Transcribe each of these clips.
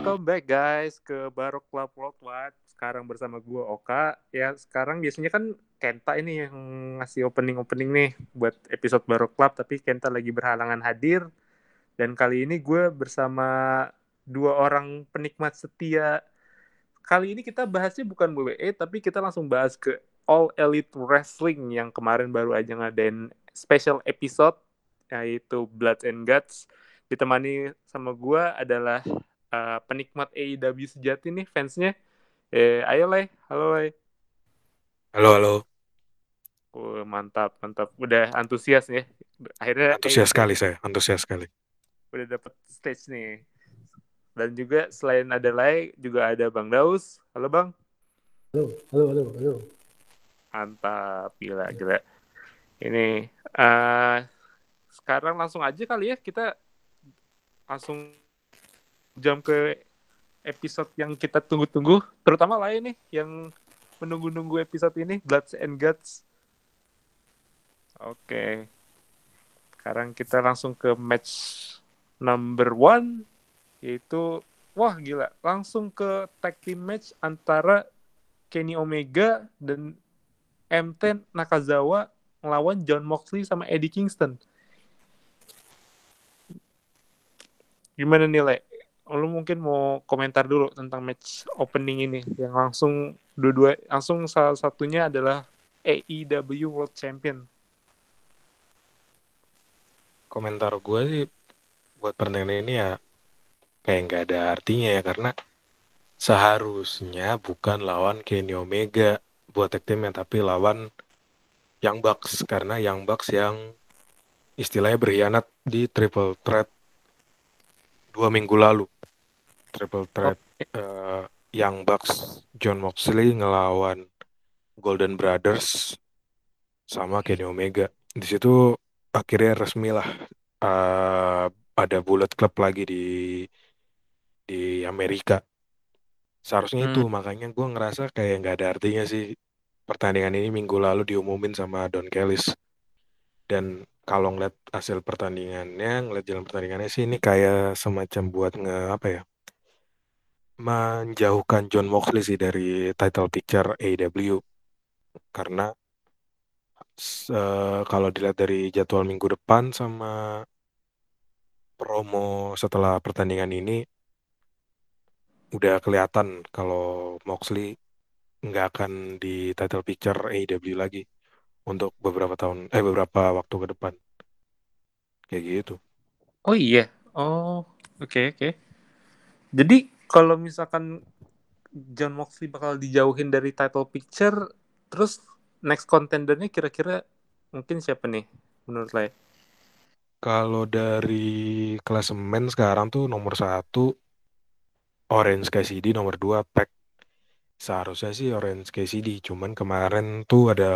Welcome back guys ke Barok Club Worldwide. Sekarang bersama gue Oka. Ya sekarang biasanya kan Kenta ini yang ngasih opening nih buat episode Barok Club. Tapi Kenta lagi berhalangan hadir. Dan kali ini gue bersama dua orang penikmat setia. Kali ini kita bahasnya bukan WWE, tapi kita langsung bahas ke All Elite Wrestling yang kemarin baru aja ngadain special episode, yaitu Blood and Guts. Ditemani sama gue adalah penikmat AEW sejati nih, fansnya. Ayo Lay, halo Lay. Halo, halo. Mantap, mantap. Udah antusias ya. Akhirnya Antusias sekali saya, antusias sekali. udah dapet stage nih. Dan juga selain ada Lay, juga ada Bang Daus. Halo Bang. Halo, halo, halo, halo. Mantap, gila, gila. Ini uh, sekarang langsung aja kali ya kita langsung jam ke episode yang kita tunggu-tunggu, terutama lain nih yang menunggu-nunggu episode ini, Bloods and Guts. Oke, sekarang kita langsung ke match number 1, yaitu wah gila, langsung ke tag team match antara Kenny Omega dan M10 Nakazawa melawan Jon Moxley sama Eddie Kingston. Gimana nih, Le? Lu mungkin mau komentar dulu tentang match opening ini yang langsung langsung salah satunya adalah AEW World Champion. Komentar gue sih buat pertandingan ini ya kayak nggak ada artinya ya, karena seharusnya bukan lawan Kenny Omega buat tag teamnya, tapi lawan Young Bucks, karena Young Bucks yang istilahnya berkhianat di Triple Threat 2 minggu lalu. Triple Oh, Threat eh, Young Bucks, John Moxley ngelawan Golden Brothers sama Kenny Omega. Di situ akhirnya resmi lah, eh, ada Bullet Club lagi di Amerika. Seharusnya itu, hmm. makanya gue ngerasa kayak nggak ada artinya sih pertandingan ini minggu lalu diumumin sama Don Callis. Dan kalau ngeliat hasil pertandingannya, ngeliat jalan pertandingannya sih, ini kayak semacam buat apa ya, menjauhkan John Moxley sih dari title picture AEW. Karena kalau dilihat dari jadwal minggu depan sama promo setelah pertandingan ini, udah kelihatan kalau Moxley nggak akan di title picture AEW lagi untuk beberapa waktu ke depan, kayak gitu. Oh iya. Oh, oke, oke. Jadi kalau misalkan John Moxley bakal dijauhin dari title picture, terus next contendernya kira-kira mungkin siapa nih menurut saya? Kalau dari klasemen sekarang tuh nomor 1 Orange Cassidy, nomor 2 Pac. Seharusnya sih Orange Cassidy, cuman kemarin tuh ada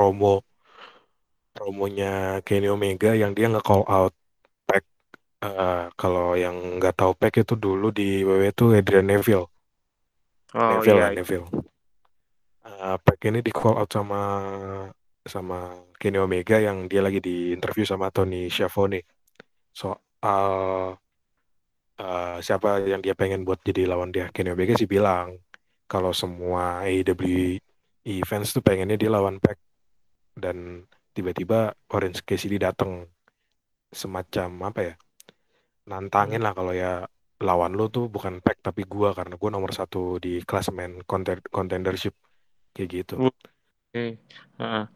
promonya Kenny Omega yang dia nge-call out Pac. Kalau yang nggak tahu Pac itu dulu di WWE tuh Adrian Neville. Oh Neville iya, kan, Neville. Pac ini di call out sama sama Kenny Omega yang dia lagi di interview sama Tony Schiavone soal siapa yang dia pengen buat jadi lawan dia. Kenny Omega sih bilang kalau semua AEW fans tuh pengennya dia lawan Pac, dan tiba-tiba Orange Cassidy datang semacam apa ya, hmm. nantangin lah kalau ya lawan lu tuh bukan Pac tapi gua, karena gua nomor 1 di klasemen contendership, kayak gitu. Oke. Heeh.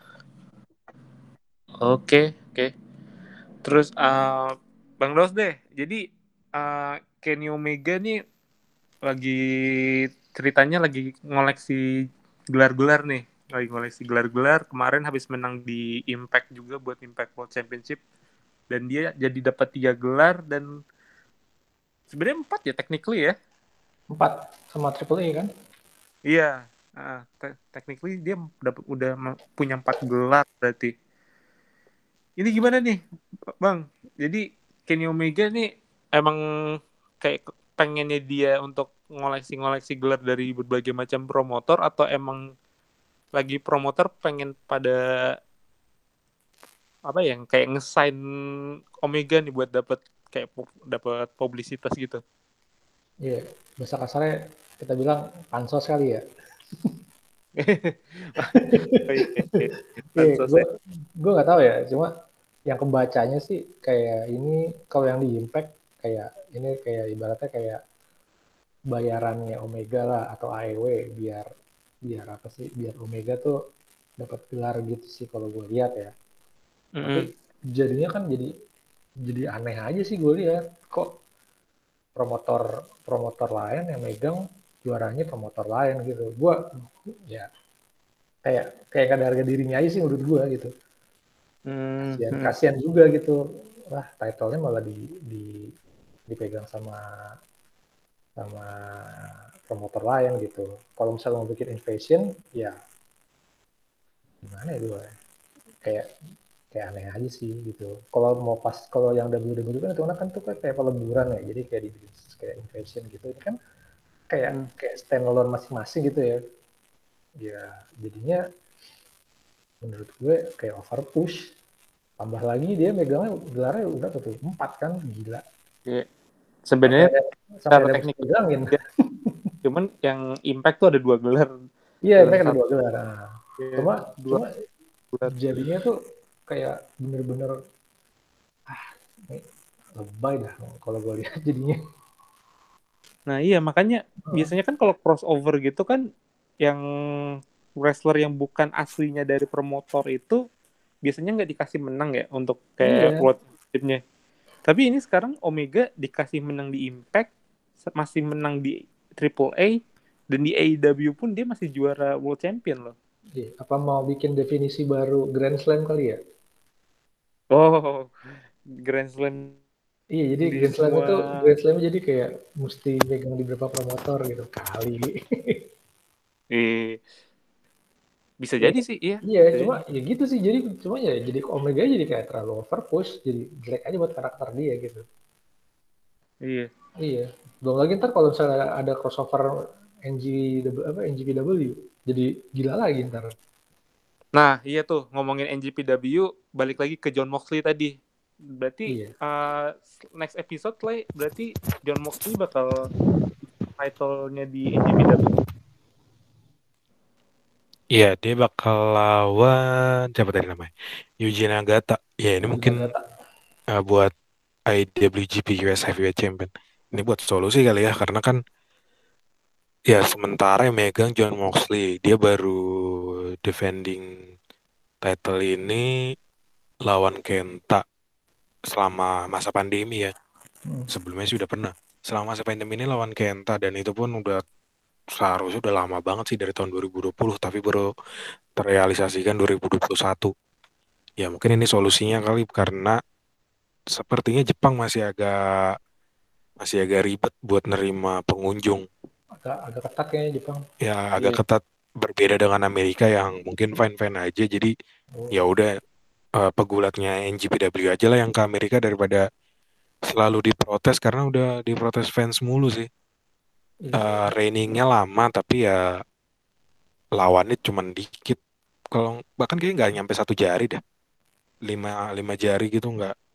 Oke, oke. Terus Bang Dos deh. Jadi Kenny Omega nih lagi ceritanya lagi ngoleksi gelar-gelar nih. Lagi ngoleksi gelar-gelar. Kemarin habis menang di Impact juga buat Impact World Championship. Dan dia jadi dapat 3 gelar dan sebenarnya 4 ya technically ya. 4 sama Triple A kan? Iya. Technically dia udah punya 4 gelar berarti. Ini gimana nih, Bang? Jadi Kenny Omega nih emang kayak pengennya dia untuk ngoleksi-ngoleksi gelar dari berbagai macam promotor atau emang lagi promotor pengen pada apa ya, kayak ngesign Omega nih buat dapat kayak dapat publisitas gitu. Iya, bahasa kasarnya kita bilang pansos kali ya. Oh, iya. Iya, Pansos gue ya. gue nggak tahu ya, cuma yang kebacanya sih kayak ini kalau yang di Impact kayak ini kayak ibaratnya kayak bayarannya Omega lah atau AEW biar biar apa sih biar Omega tuh dapat gelar gitu sih kalau gue lihat ya. Tapi Mm-mm. jadinya kan jadi aneh aja sih gue lihat kok promotor promotor lain yang megang juaranya promotor lain gitu. Gue ya kayak kayak gak ada harga dirinya aja sih menurut gue gitu. Kasian Mm-mm. kasian juga gitu. Wah, title-nya malah dipegang sama sama promotor lain gitu. Kalau misalnya mau bikin invasion, ya gimana ya gue? Kayak kayak aneh aja sih gitu. Kalau mau pas kalau yang WWE kan itu kan tuh kayak peleburan ya. Jadi kayak dibikin kayak invasion gitu. Ini kan kayak Mm. kayak standalone masing-masing gitu ya. Ya jadinya menurut gue kayak over push. Tambah lagi dia megangnya gelarnya udah tuh 4 kan gila. Iya. Sampai Sebenarnya ada sampai secara ada yang teknik pegangin. ya, cuman yang Impact tuh ada 2 gelar Iya, dalam mereka ada satu 2 gelar. Nah, ya, cuma 2 cuma gelar. jadinya tuh kayak bener-bener ini lebay dah kalau gue lihat jadinya. Nah iya makanya biasanya kan kalau crossover gitu kan yang wrestler yang bukan aslinya dari promotor itu biasanya nggak dikasih menang ya untuk kayak Iya, world championship-nya. Tapi ini sekarang Omega dikasih menang di Impact, masih menang di Triple A, dan di AEW pun dia masih juara world champion loh. iya. Apa mau bikin definisi baru Grand Slam kali ya? Oh, Grand Slam Iya, jadi di Grand Slam semua. itu Grand Slam jadi kayak mesti megang di beberapa promotor gitu kali. Eh, bisa Iya, jadi sih, iya. iya, Bisa cuma jadi. ya gitu sih. Jadi cuma ya jadi Omega jadi kayak terlalu overpush, jadi jelek aja buat karakter dia gitu. Iya. Iya. Belum lagi ntar kalau misalnya ada crossover NGPW, jadi gila lagi ntar. Nah, iya tuh ngomongin NGPW, balik lagi ke John Moxley tadi. Berarti Iya. next episode lah, berarti John Moxley bakal title-nya di NGPW. Iya, dia bakal lawan siapa tadi namanya? Yuji Nagata. Ya, ini Yuji mungkin Nagata. buat IWGP US Heavyweight Champion. Ini buat solusi kali ya, karena kan ya sementara yang megang John Moxley, dia baru defending title ini lawan Kenta selama masa pandemi ya. Hmm. Sebelumnya sih udah pernah. Selama masa pandemi ini lawan Kenta dan itu pun udah seharusnya udah lama banget sih dari tahun 2020 tapi baru terrealisasikan 2021. Ya mungkin ini solusinya kali karena sepertinya Jepang masih agak ribet buat nerima pengunjung. Agak agak ketat kayaknya Jepang. Ya agak Iya. ketat berbeda dengan Amerika yang mungkin fine-fine aja. Jadi Oh, ya udah pegulatnya NJPW aja lah yang ke Amerika daripada selalu diprotes karena udah diprotes fans mulu sih. iya. Reigningnya lama tapi ya lawannya cuman dikit. Kalau bahkan kayaknya nggak nyampe 1 jari dah. Lima lima jari gitu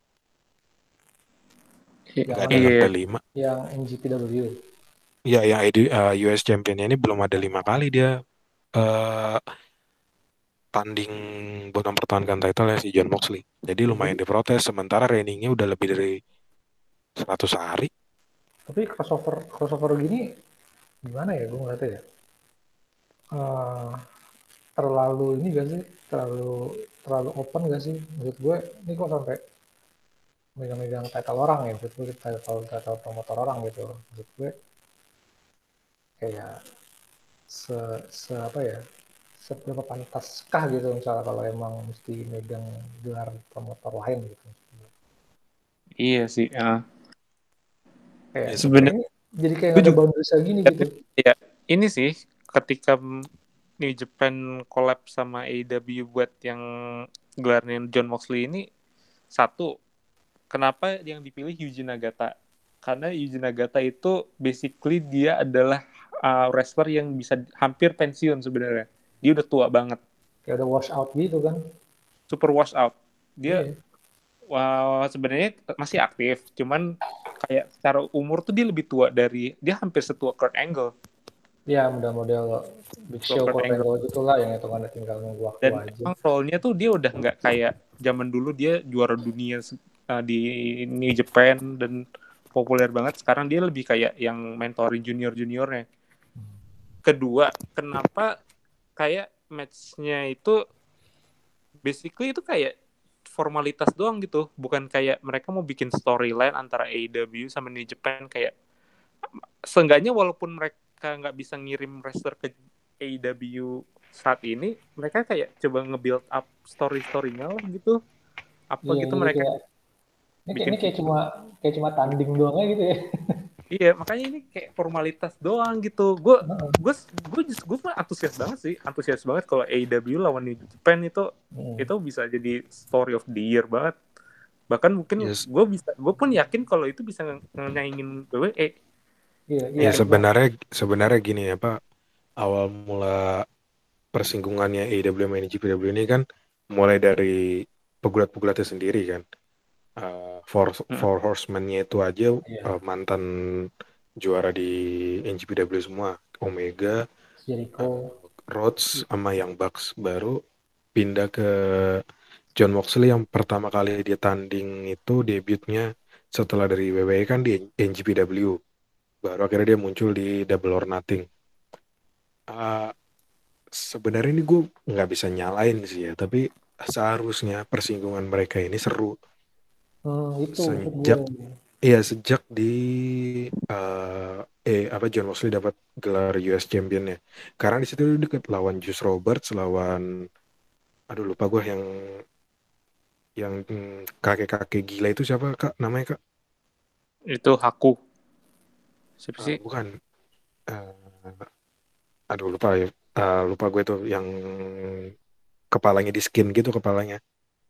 nggak Yang ada mana yang tuh? Iya. sampai 5. Yang NGPW. Ya yang US Championnya ini belum ada 5 kali dia eh tanding buat mempertahankan title ya si John Moxley. Jadi Ya, lumayan jadi diprotes sementara reigningnya udah lebih dari 100 hari. tapi crossover crossover gini gimana ya gue ngeliatnya ya. Eh, terlalu ini gak sih? Terlalu open gak sih? Menurut gue ini kok sampai megang-megang title orang ya, menurut gue title promotor orang gitu. Menurut gue kayak se, se apa ya? Seberapa pantaskah gitu misalnya kalau emang mesti megang gelar promotor lain gitu. Iya sih. Kayak Ya kayak Sebenarnya ini jadi kayak gue gak ada juga boundaries gini gitu. ya ini sih ketika New Japan collab sama AEW buat yang gelarnya John Moxley ini, satu, kenapa yang dipilih Yuji Nagata? Karena Yuji Nagata itu basically dia adalah wrestler yang bisa hampir pensiun sebenarnya. Dia udah tua banget, Kayak udah wash out gitu kan. super wash out. Dia Iya. sebenarnya masih aktif, cuman kayak secara umur tuh dia lebih tua dia hampir setua Kurt Angle. Ya, model Big Setua Show, Kurt Kurt Angle. Angle gitulah yang itu kan tinggal nunggu waktu Dan aja. emang role-nya tuh dia udah nggak kayak zaman dulu dia juara dunia di New Japan dan populer banget. Sekarang dia lebih kayak yang mentoring junior-juniornya. Kedua, kenapa kayak match-nya itu basically itu kayak formalitas doang gitu, bukan kayak mereka mau bikin storyline antara AEW sama New Japan. Kayak seenggaknya walaupun mereka nggak bisa ngirim wrestler ke AEW saat ini, mereka kayak coba nge-build up story-storynya lah gitu. Apa Iya, gitu jadi mereka kayak ini bikin kayak cuma tanding doang aja gitu ya. iya, makanya ini kayak formalitas doang gitu. Gue mah antusias banget kalau AEW lawan New Japan itu bisa jadi story of the year banget. Bahkan mungkin Yes. gue pun yakin kalau itu bisa nyaingin WWE. Iya, Ya cuma sebenarnya gini ya Pak, awal mula persinggungannya AEW sama NJPW ini kan mulai dari pegulat-pegulatnya sendiri kan. Four Horsemen-nya itu aja iya, mantan juara di NJPW semua. Omega, Jericho. Rhodes sama yang Bucks baru pindah ke John Moxley yang pertama kali dia tanding itu debutnya setelah dari WWE kan di NJPW. Baru akhirnya dia muncul di Double or Nothing. Uh, Sebenarnya ini gue nggak bisa nyalain sih ya, tapi seharusnya persinggungan mereka ini seru Itu maksud gue. sejak sejak di apa John Moxley dapat gelar US Champion ya. Karena di situ dia deket lawan Juice Roberts, lawan aduh lupa gue yang kakek-kakek gila itu siapa Kak namanya Kak? Itu Haku. Siapa sih? Bukan. Uh, Aduh lupa ya. Lupa gue tuh yang kepalanya di skin gitu kepalanya.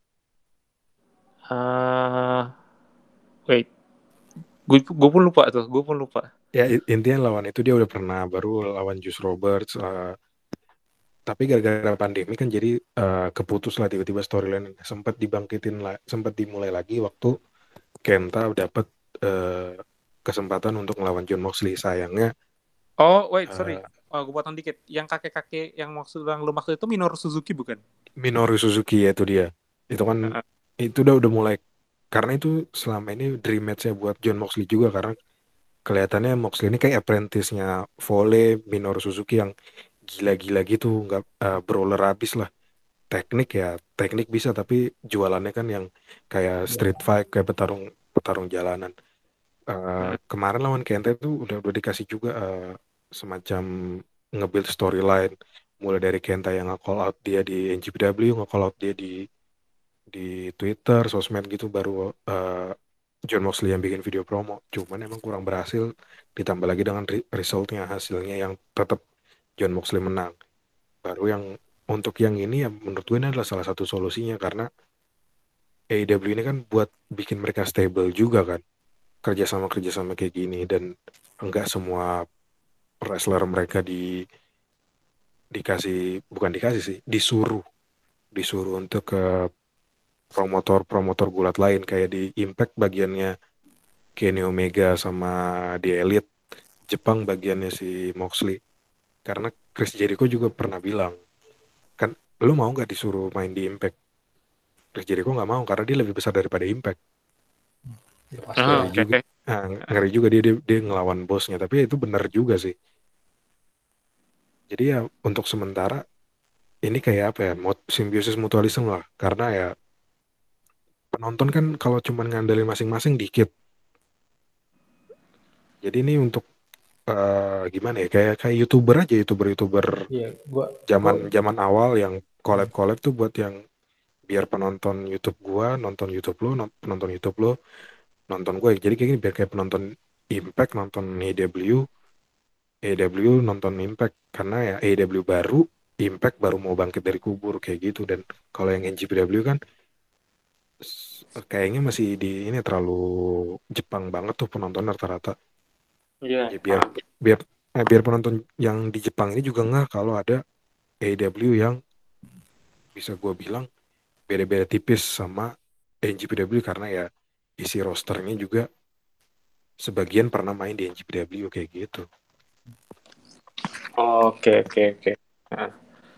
Wait, gue pun lupa. Ya intinya lawan itu dia udah pernah baru lawan Juice Roberts. Tapi gara-gara pandemi kan jadi keputus lah tiba-tiba storyline sempat dibangkitin lah, sempat dimulai lagi waktu Kenta dapat uh, kesempatan untuk melawan John Moxley. Sayangnya Oh, wait, sorry. uh, Gue potong dikit. Yang kakek-kakek yang lu maksud itu Minoru Suzuki bukan? Minoru Suzuki ya itu dia. Itu kan Uh, itu udah mulai karena itu selama ini dream match-nya buat John Moxley juga karena kelihatannya Moxley ini kayak apprentice-nya Fole Minoru Suzuki yang gila-gila gitu, nggak brawler abis lah. Teknik bisa tapi jualannya kan yang kayak street Ya, fight, kayak petarung petarung jalanan. Kemarin lawan Kenta itu udah dikasih juga semacam nge-build storyline mulai dari Kenta yang nge-call out dia di NJPW, nge-call out dia di Twitter, sosmed gitu, baru John Moxley yang bikin video promo. Cuman emang kurang berhasil, ditambah lagi dengan resultnya, hasilnya yang tetap John Moxley menang. Baru yang untuk yang ini ya menurut gue ini adalah salah satu solusinya karena AEW ini kan buat bikin mereka stable juga kan, kerjasama kayak gini, dan enggak semua wrestler mereka dikasih, bukan dikasih sih, disuruh untuk ke promotor gulat lain kayak di Impact bagiannya Kenny Omega sama di Elite, Jepang bagiannya si Moxley. Karena Chris Jericho juga pernah bilang kan, lu mau nggak disuruh main di Impact? Chris Jericho nggak mau karena dia lebih besar daripada Impact. ya pasti Ngeri lah. juga. Oke. Ngeri juga dia ngelawan bosnya, tapi itu benar juga sih. Jadi ya untuk sementara ini kayak apa ya, simbiosis mutualisme lah, karena ya penonton kan kalau cuma ngandelin masing-masing dikit. Jadi ini untuk gimana ya, kayak kayak youtuber aja, youtuber Iya, gua zaman zaman awal yang collab tuh buat yang biar penonton YouTube gua nonton YouTube lo, penonton YouTube lo nonton gue. Jadi kayak gini biar kayak penonton Impact nonton AEW nonton Impact, karena ya AEW baru, Impact baru mau bangkit dari kubur kayak gitu. Dan kalau yang NJPW kan kayaknya masih di ini terlalu Jepang banget tuh penonton rata-rata. Iya. Ya biar biar penonton yang di Jepang ini juga nggak kalau ada AEW yang bisa gue bilang beda-beda tipis sama NJPW, karena ya isi rosternya juga sebagian pernah main di NJPW kayak gitu. Oke. Nah,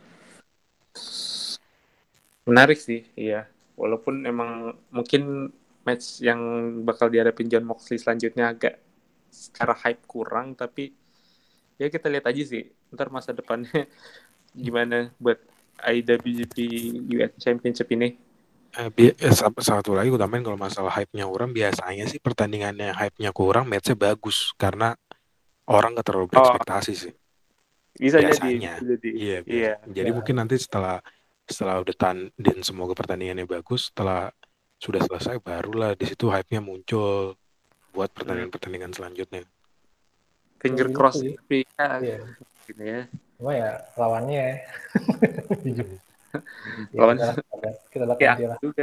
menarik sih, iya. Walaupun emang mungkin match yang bakal dihadapin John Moxley selanjutnya agak secara hype kurang, tapi ya kita lihat aja sih ntar masa depannya gimana buat IWGP US Championship ini. Satu lagi gue tambahin kalau masalah hype-nya kurang, biasanya sih pertandingannya hype-nya kurang, match-nya bagus karena orang gak terlalu Oh, berekspektasi sih. bisa Biasanya. jadi. Iya, biasa. Iya. Jadi mungkin nanti setelah udah dan semoga pertandingannya bagus, setelah sudah selesai barulah di situ hype-nya muncul buat Hmm. pertandingan selanjutnya. Finger Iya cross sih. tapi ya Iya. gini ya. Cuma ya lawannya jujur. Ya Lawan udahlah, kita lihat kayak nanti lah. juga.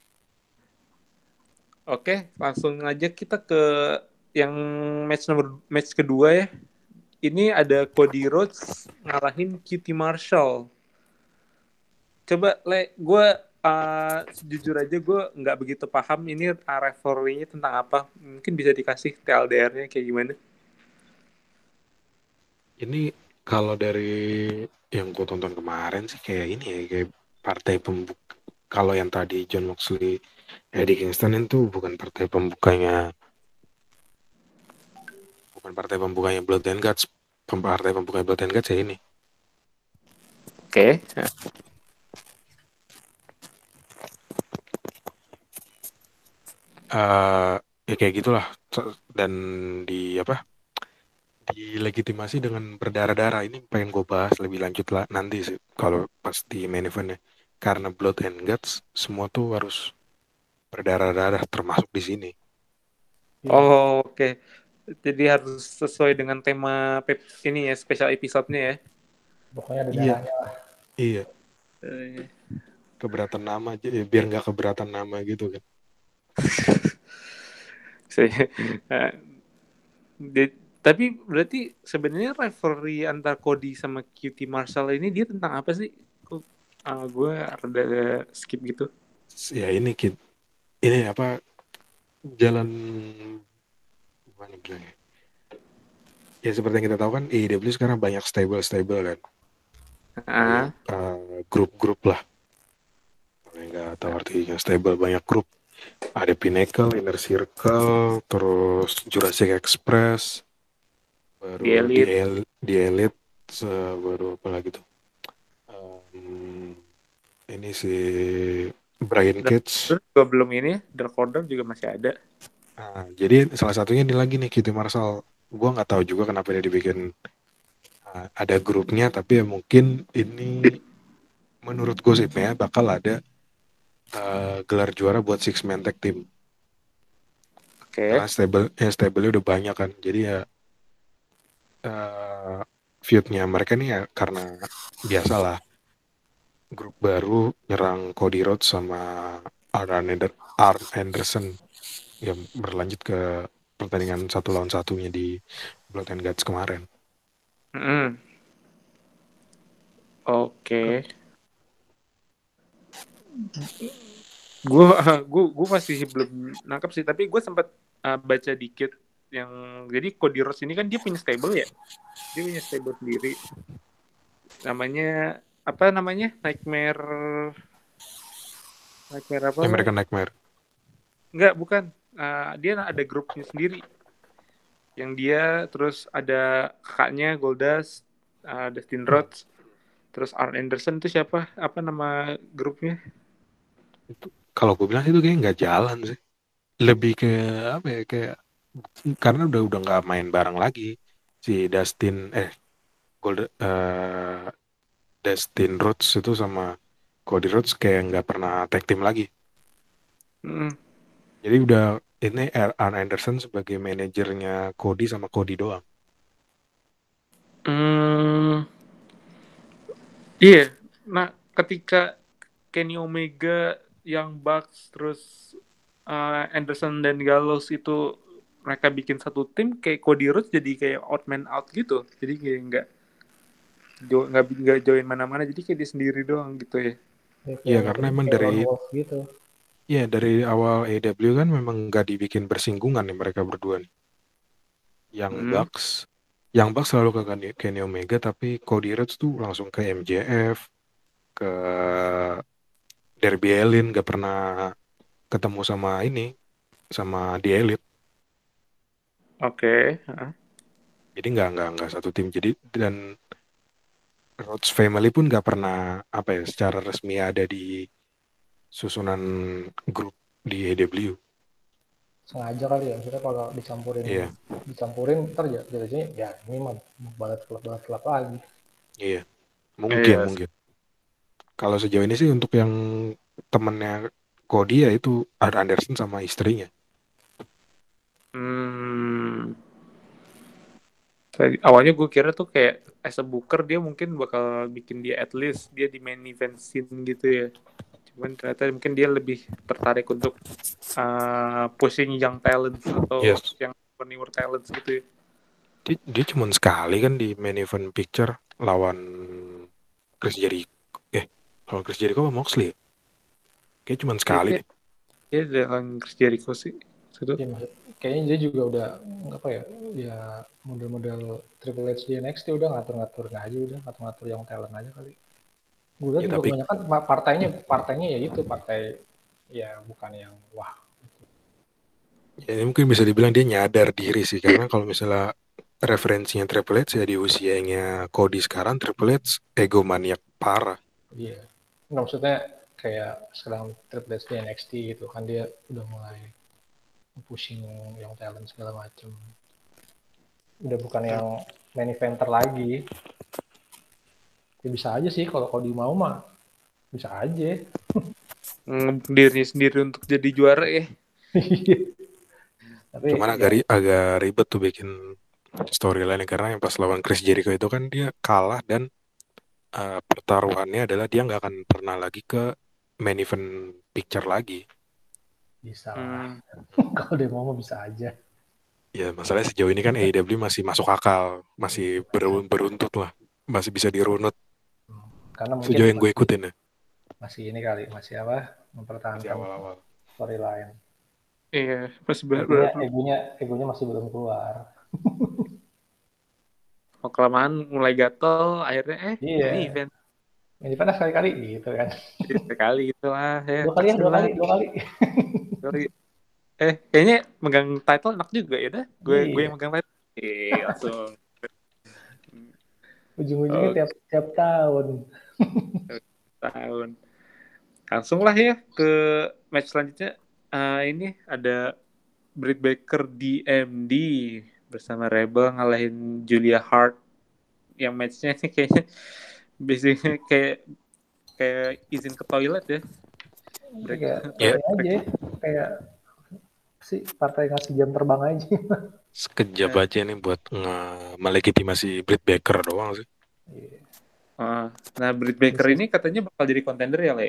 Oke, langsung aja kita ke yang match kedua ya. Ini ada Cody Rhodes ngalahin QT Marshall. Coba gue jujur aja gue nggak begitu paham ini rivalry-nya tentang apa. Mungkin bisa dikasih TLDR-nya kayak gimana? Ini kalau dari yang gue tonton kemarin sih kayak ini ya, kayak partai pembuka. Kalau yang tadi John Moxley, Eddie Kingston itu bukan partai pembukanya Blood and Guts. Partai pembukanya Blood and Guts ya ini. Oke. Ya kayak gitulah. Dan dilegitimasi dengan berdarah-darah. Ini pengen gue bahas lebih lanjut lah nanti sih kalau pas di main eventnya. Karena Blood and Guts semua tuh harus berdarah-darah termasuk di sini. Oh, oke. Jadi harus sesuai dengan tema ini ya, special episode-nya ya. Pokoknya ada Iya, darahnya lah. iya. Eh, Keberatan nama aja, biar nggak keberatan nama gitu kan. saya, eh, tapi berarti sebenarnya rivalry antar Cody sama QT Marshall ini dia tentang apa sih? Kok gue rada skip gitu. Ya ini ini jalan gimana bilangnya? Ya seperti yang kita tahu kan AEW sekarang banyak stable kan. Banyak grup-grup lah. Kalau nggak tahu artinya stable, banyak grup. Ada Pinnacle, Inner Circle, terus Jurassic Express, Di baru Elite. di Elite, baru apa lagi tuh? Ini si Brian Cage. Terus juga belum ini, Dark Order juga masih ada. Jadi salah satunya ini lagi nih QT Marshall. Gue nggak tahu juga kenapa dia dibikin ada grupnya, tapi ya mungkin ini menurut gosipnya bakal ada gelar juara buat six man tag team. Karena Oke. stable udah banyak kan. Jadi ya feud-nya mereka nih ya karena biasalah grup baru nyerang Cody Rhodes sama Arn Anderson yang berlanjut ke pertandingan 1-1 di Blood and Guts kemarin. Oke. Gue masih belum nangkep sih, tapi gue sempat baca dikit yang jadi Cody Rhodes ini kan dia punya stable ya, dia punya stable sendiri, namanya apa namanya Nightmare apa? American Nightmare. Enggak, bukan. Dia ada grupnya sendiri, yang dia terus ada kakaknya Goldust, Dustin Rhodes, terus Arn Anderson itu siapa? Apa nama grupnya? Kalau gue bilang itu kayak nggak jalan sih. Lebih ke apa ya, kayak karena udah nggak main bareng lagi si Dustin Rhodes itu sama Cody Rhodes kayak nggak pernah tag team lagi. Jadi udah ini Arn Anderson sebagai manajernya Cody sama Cody doang. Iya. Nah, ketika Kenny Omega, Young Bucks, terus Anderson dan Gallows itu mereka bikin satu tim, kayak Cody Rhodes jadi kayak odd man out gitu. Jadi kayak nggak join mana-mana, jadi kayak dia sendiri doang gitu ya. Iya karena emang gitu. dari awal AEW kan memang nggak dibikin bersinggungan nih mereka berdua nih. Yang Bucks selalu ke Kenny Omega, tapi Cody Rhodes tuh langsung ke MJF, ke Darby Allin, gak pernah ketemu sama The Elite. Oke. Jadi nggak satu tim. Jadi dan Rhodes Family pun nggak pernah secara resmi ada di susunan grup di AEW. Sengaja kali ya, maksudnya kalau dicampurin Iya, dicampurin ntar jadinya ya ini mah balat klub lagi. iya, mungkin Iya. mungkin. Kalau sejauh ini sih untuk yang temennya Cody ya itu Anderson sama istrinya. Hmm. Awalnya gue kira tuh kayak as a booker dia mungkin bakal bikin dia at least dia di main event scene gitu ya. Cuman ternyata mungkin dia lebih tertarik untuk pushing young talents atau Yes. yang newer talents gitu ya. Dia cuma sekali kan di main event picture lawan Chris Jericho. Lawan Chris Jericho sama Moxley. Kayak cuma sekali deh. Dia dengan Chris Jericho sih. Ya, kayaknya dia juga udah apa ya, ya model-model Triple H di NXT udah ngatur-ngatur aja, udah ngatur-ngatur yang talent aja kali. Gue lihat Ya juga tapi kebanyakan partainya ya itu partai ya bukan yang wah. ya ini mungkin bisa dibilang dia nyadar diri sih, karena kalau misalnya referensinya Triple H ya di usianya Cody sekarang, Triple H egomaniak parah. Iya. Nggak, maksudnya kayak sekarang Triple H di NXT gitu kan dia udah mulai pushing yang talent segala macem. Udah bukan yang main eventer lagi. Ya bisa aja sih kalau di mau mah bisa aja. Dirinya sendiri untuk jadi juara ya. Tapi Cuman ya agak ribet tuh bikin storyline karena yang pas lawan Chris Jericho itu kan dia kalah dan pertaruhannya adalah dia nggak akan pernah lagi ke main event picture lagi. bisa lah. Kalau dia mau mah bisa aja. Ya masalahnya sejauh ini kan AEW masih masuk akal, masih beruntut lah, masih bisa dirunut Karena mungkin sejauh yang gue masih ikutin ya. masih ini kali, masih apa, Masih mempertahankan awal-awal. storyline. Iya, masih Egonya, baru. egonya masih belum keluar. Kelamaan mulai gatel, akhirnya ini Iya, event ini panas sekali-kali gitu kan. sekali gitu lah ya. Dua kali ya, Bismillah. dua kali. Kali. Kayaknya megang title enak juga ya dah. Gue Iya, yang megang title. Langsung. ujung-ujungnya Oh, tiap tahun. tahun. Langsung lah ya ke match selanjutnya. Ini ada Britt Baker DMD bersama Rebel ngalahin Julia Hart. Yang matchnya ini kayaknya basicnya kayak izin ke toilet ya. Ini Break. kayak Ya, ini aja, kayak sih partai ngasih jam terbang aja. sekejap aja nih buat melegitimasi Britt Baker doang sih. Iya. Nah, Britt Baker This is ini katanya bakal jadi contender ya, Le?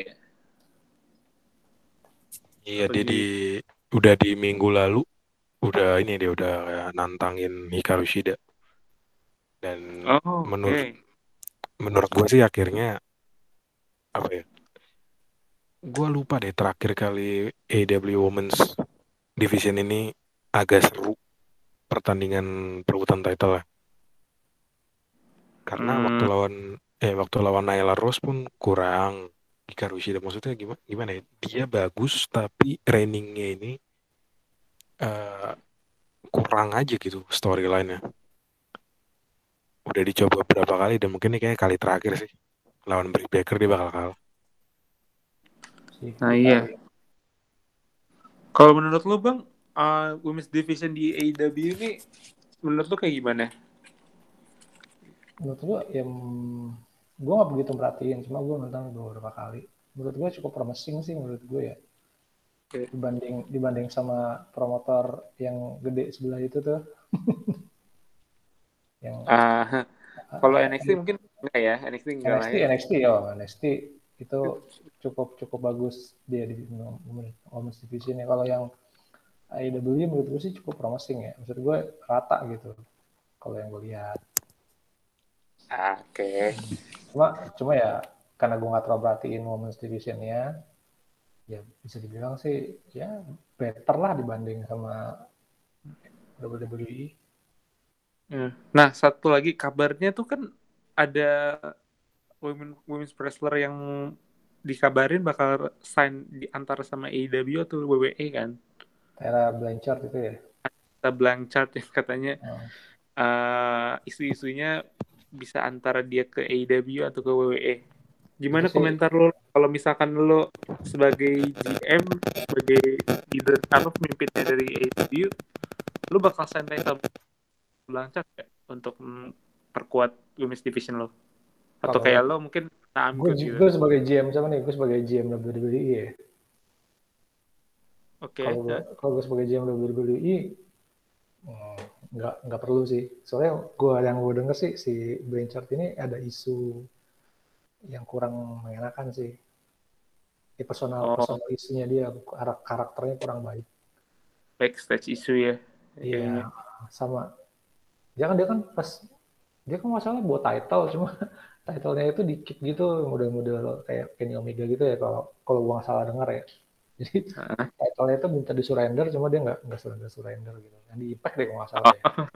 Iya, Atau udah di minggu lalu dia udah nantangin Hikaru Shida, dan Oh, menurut oke. menurut gue sih akhirnya apa ya? Gue lupa deh terakhir kali AEW Women's Division ini agak seru pertandingan perebutan title lah. Karena Hmm, waktu lawan Nyla Rose pun kurang. Hikaru Shida maksudnya gimana ya? Dia bagus tapi trainingnya ini eh, kurang aja gitu storyline-nya. Udah dicoba beberapa kali dan mungkin ini kayak kali terakhir sih. Lawan Britt Baker dia bakal kalah. sih nah kita iya. Kalau menurut lu, Bang, Women's Division di AEW ini menurut lu kayak gimana? menurut gua yang gue nggak begitu merhatiin, cuma gue nonton beberapa kali. Menurut gue cukup promising sih menurut gue ya, Oke. dibanding sama promotor yang gede sebelah itu tuh, yang Ah, kalau NXT uh, mungkin enggak ya, NXT enggak lah NXT ya. NXT itu cukup bagus dia di Women's Division ya. Kalau yang AEW menurut gue sih cukup promising ya, maksud gue rata gitu kalau yang gue lihat. Oke. Cuma ya karena gue nggak terlalu perhatiin Women's Divisionnya, ya bisa dibilang sih ya better lah dibanding sama WWE. Ya. Nah, satu lagi kabarnya tuh kan ada women's wrestler yang dikabarin bakal sign di antara sama AEW atau WWE kan. Era Blanchard itu ya. Kita Blanchard yang katanya Hmm. isu-isunya bisa antara dia ke AEW atau ke WWE. Itu Gimana sih komentar lo kalau misalkan lo sebagai GM, sebagai leader apa pemimpinnya dari AEW, lo bakal sign title Blanchard ya untuk perkuat women's division lo? Atau kayak kalau lo mungkin I'm gue good gitu. gue sebagai GM siapa nih? Gue sebagai GM WWE ya. Oke, ya. Kalau gue sebagai GM WWE hmm, nggak perlu sih. Soalnya gue denger sih si Blanchard ini ada isu yang kurang mengenakan sih. Di personal Oh, personal isunya dia karakternya kurang baik. backstage isu ya kayaknya. Iya, sama dia kan pas dia kan masalah buat title cuma titlenya itu dikit gitu model-model kayak Kenny Omega gitu ya kalau kalau gua nggak salah dengar ya. Jadi Hah? titlenya itu minta di surrender cuma dia nggak surrender gitu. Yang di Impact deh kalau nggak salah ya. Oh,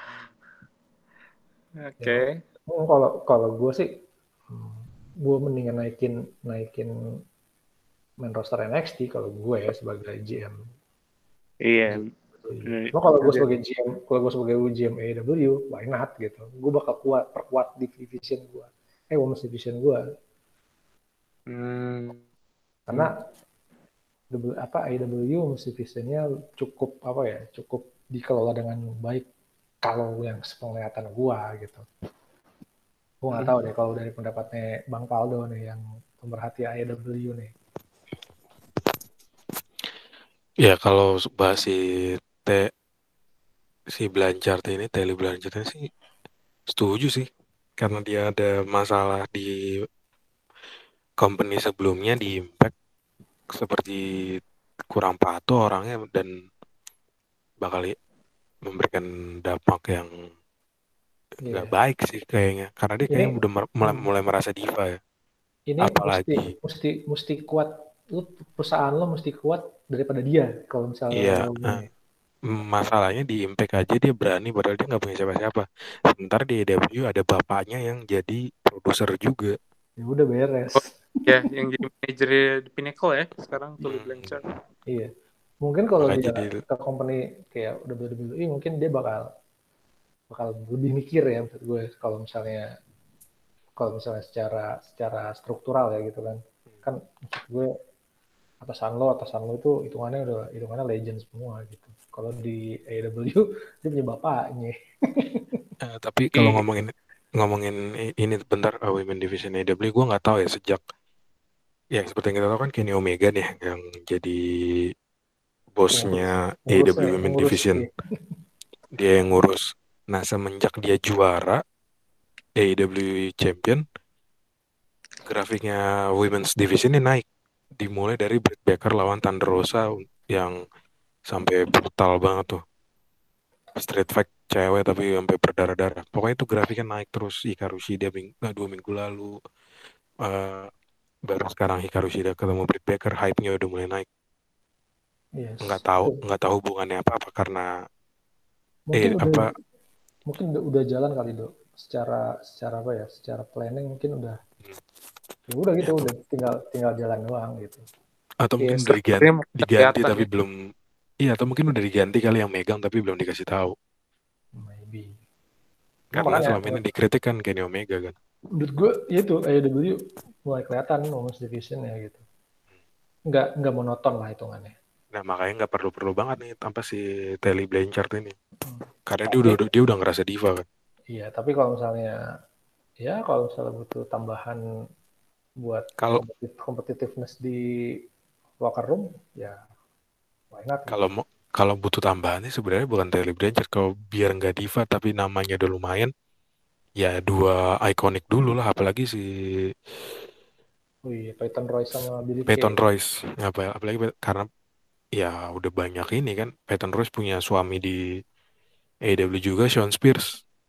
Ya oke. kalau kalau gue sih hmm, gue mendingan naikin naikin main roster NXT kalau gue ya sebagai GM. Iya. Cuma kalau gue sebagai GM, kalau gue sebagai GM AEW, why not gitu. Gue bakal perkuat di division gue. Women's division gue. Hmm. Karena AEW Women's divisionnya cukup apa ya, cukup dikelola dengan baik kalau yang sepenglihatan gue gitu. Gue nggak tahu deh kalau dari pendapatnya Bang Faldo nih yang pemerhati AEW nih. Ya kalau bahas si Blanchard ini, Telly Blanchard ini sih setuju sih. Karena dia ada masalah di company sebelumnya di Impact seperti kurang patuh orangnya dan bakal memberikan dampak yang nggak Iya. baik sih kayaknya. Karena dia Ini kayaknya udah mulai merasa diva ya. ini mesti Apalagi mesti mesti kuat. Lu perusahaan lo mesti kuat daripada dia kalau misalnya iya lo ini. masalahnya di Impact aja dia berani padahal dia nggak punya siapa-siapa. Sementara di AEW ada bapaknya yang jadi produser juga. Ya udah beres. Oh, ya, yang jadi manajer di Pinnacle ya sekarang Tully Blanchard. Iya. Mungkin kalau Makanya dia jadi ke company kayak WWE mungkin dia bakal bakal lebih mikir ya menurut gue kalau misalnya secara secara struktural ya gitu kan. Kan maksud gue atasan lo itu hitungannya legend semua gitu. Kalau di AEW dia punya bapaknya. tapi kalau Iya. ngomongin ngomongin ini bentar Women Division AEW gue nggak tahu ya sejak ya seperti yang kita tahu kan Kenny Omega nih yang jadi Pengurus bosnya pengurusnya AEW Women pengurus Division. iya. Dia yang ngurus. Nah, semenjak dia juara AEW Champion, grafiknya Women's Division ini naik. Dimulai dari Britt Baker lawan Thunder Rosa yang sampai brutal banget tuh. Street fight cewek tapi sampai berdarah-darah. Pokoknya itu grafiknya naik terus. Hikaru Shida 2 minggu lalu. eh, Baru sekarang Hikaru Shida ketemu Britt Baker, hype-nya udah mulai naik. Nggak Yes, tahu betul. nggak tahu hubungannya apa karena Mungkin udah apa udah jalan kali dok. Secara secara apa ya? Secara planning mungkin udah ya udah ya gitu apa udah tinggal tinggal jalan doang gitu. atau Iya, mungkin udah strukturnya mau diganti kelihatan tapi ya. belum iya atau mungkin udah diganti kali yang megang tapi belum dikasih tahu Maybe. Nah, karena makanya selama ini dikritik kan Kenny Omega kan. menurut gue ya itu AEW mulai kelihatan Women's Division ya gitu. Nggak monoton lah hitungannya. Nah makanya nggak perlu-perlu banget nih tanpa si Telly Blanchard ini karena dia Tapi udah ngerasa diva kan. iya, tapi kalau misalnya butuh tambahan buat Kalau competitiveness di locker room, ya why not gitu. kalau mau kalau butuh tambahan sih sebenarnya bukan Telly Blanchard kalau biar nggak diva tapi namanya udah lumayan ya dua ikonik dulu lah apalagi si Oh iya, Peyton Royce sama Billy Kay. Peyton Royce apa apalagi karena ya udah banyak ini kan Peyton Royce punya suami di AEW juga Sean Spears.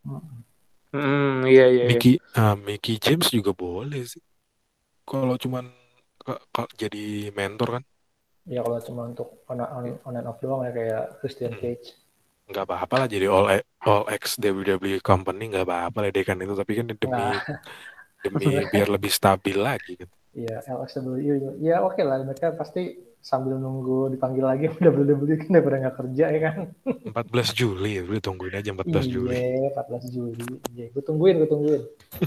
Iya, iya, iya. Mickey James juga boleh sih. Kalau cuman jadi mentor kan. Ya kalau cuma untuk on and off doang ya kayak Christian Mm. Cage. nggak apa-apa lah jadi all ex WWE company, nggak apa-apa lah dekan itu, tapi kan demi Nah, demi biar lebih stabil lagi kan. ya LXW, ya oke lah, mereka pasti sambil nunggu dipanggil lagi WWE kan daripada nggak kerja ya kan. 14 Juli ya, udah tungguin aja 14 Iya, Juli. 14 Juli. Iya, gue tungguin.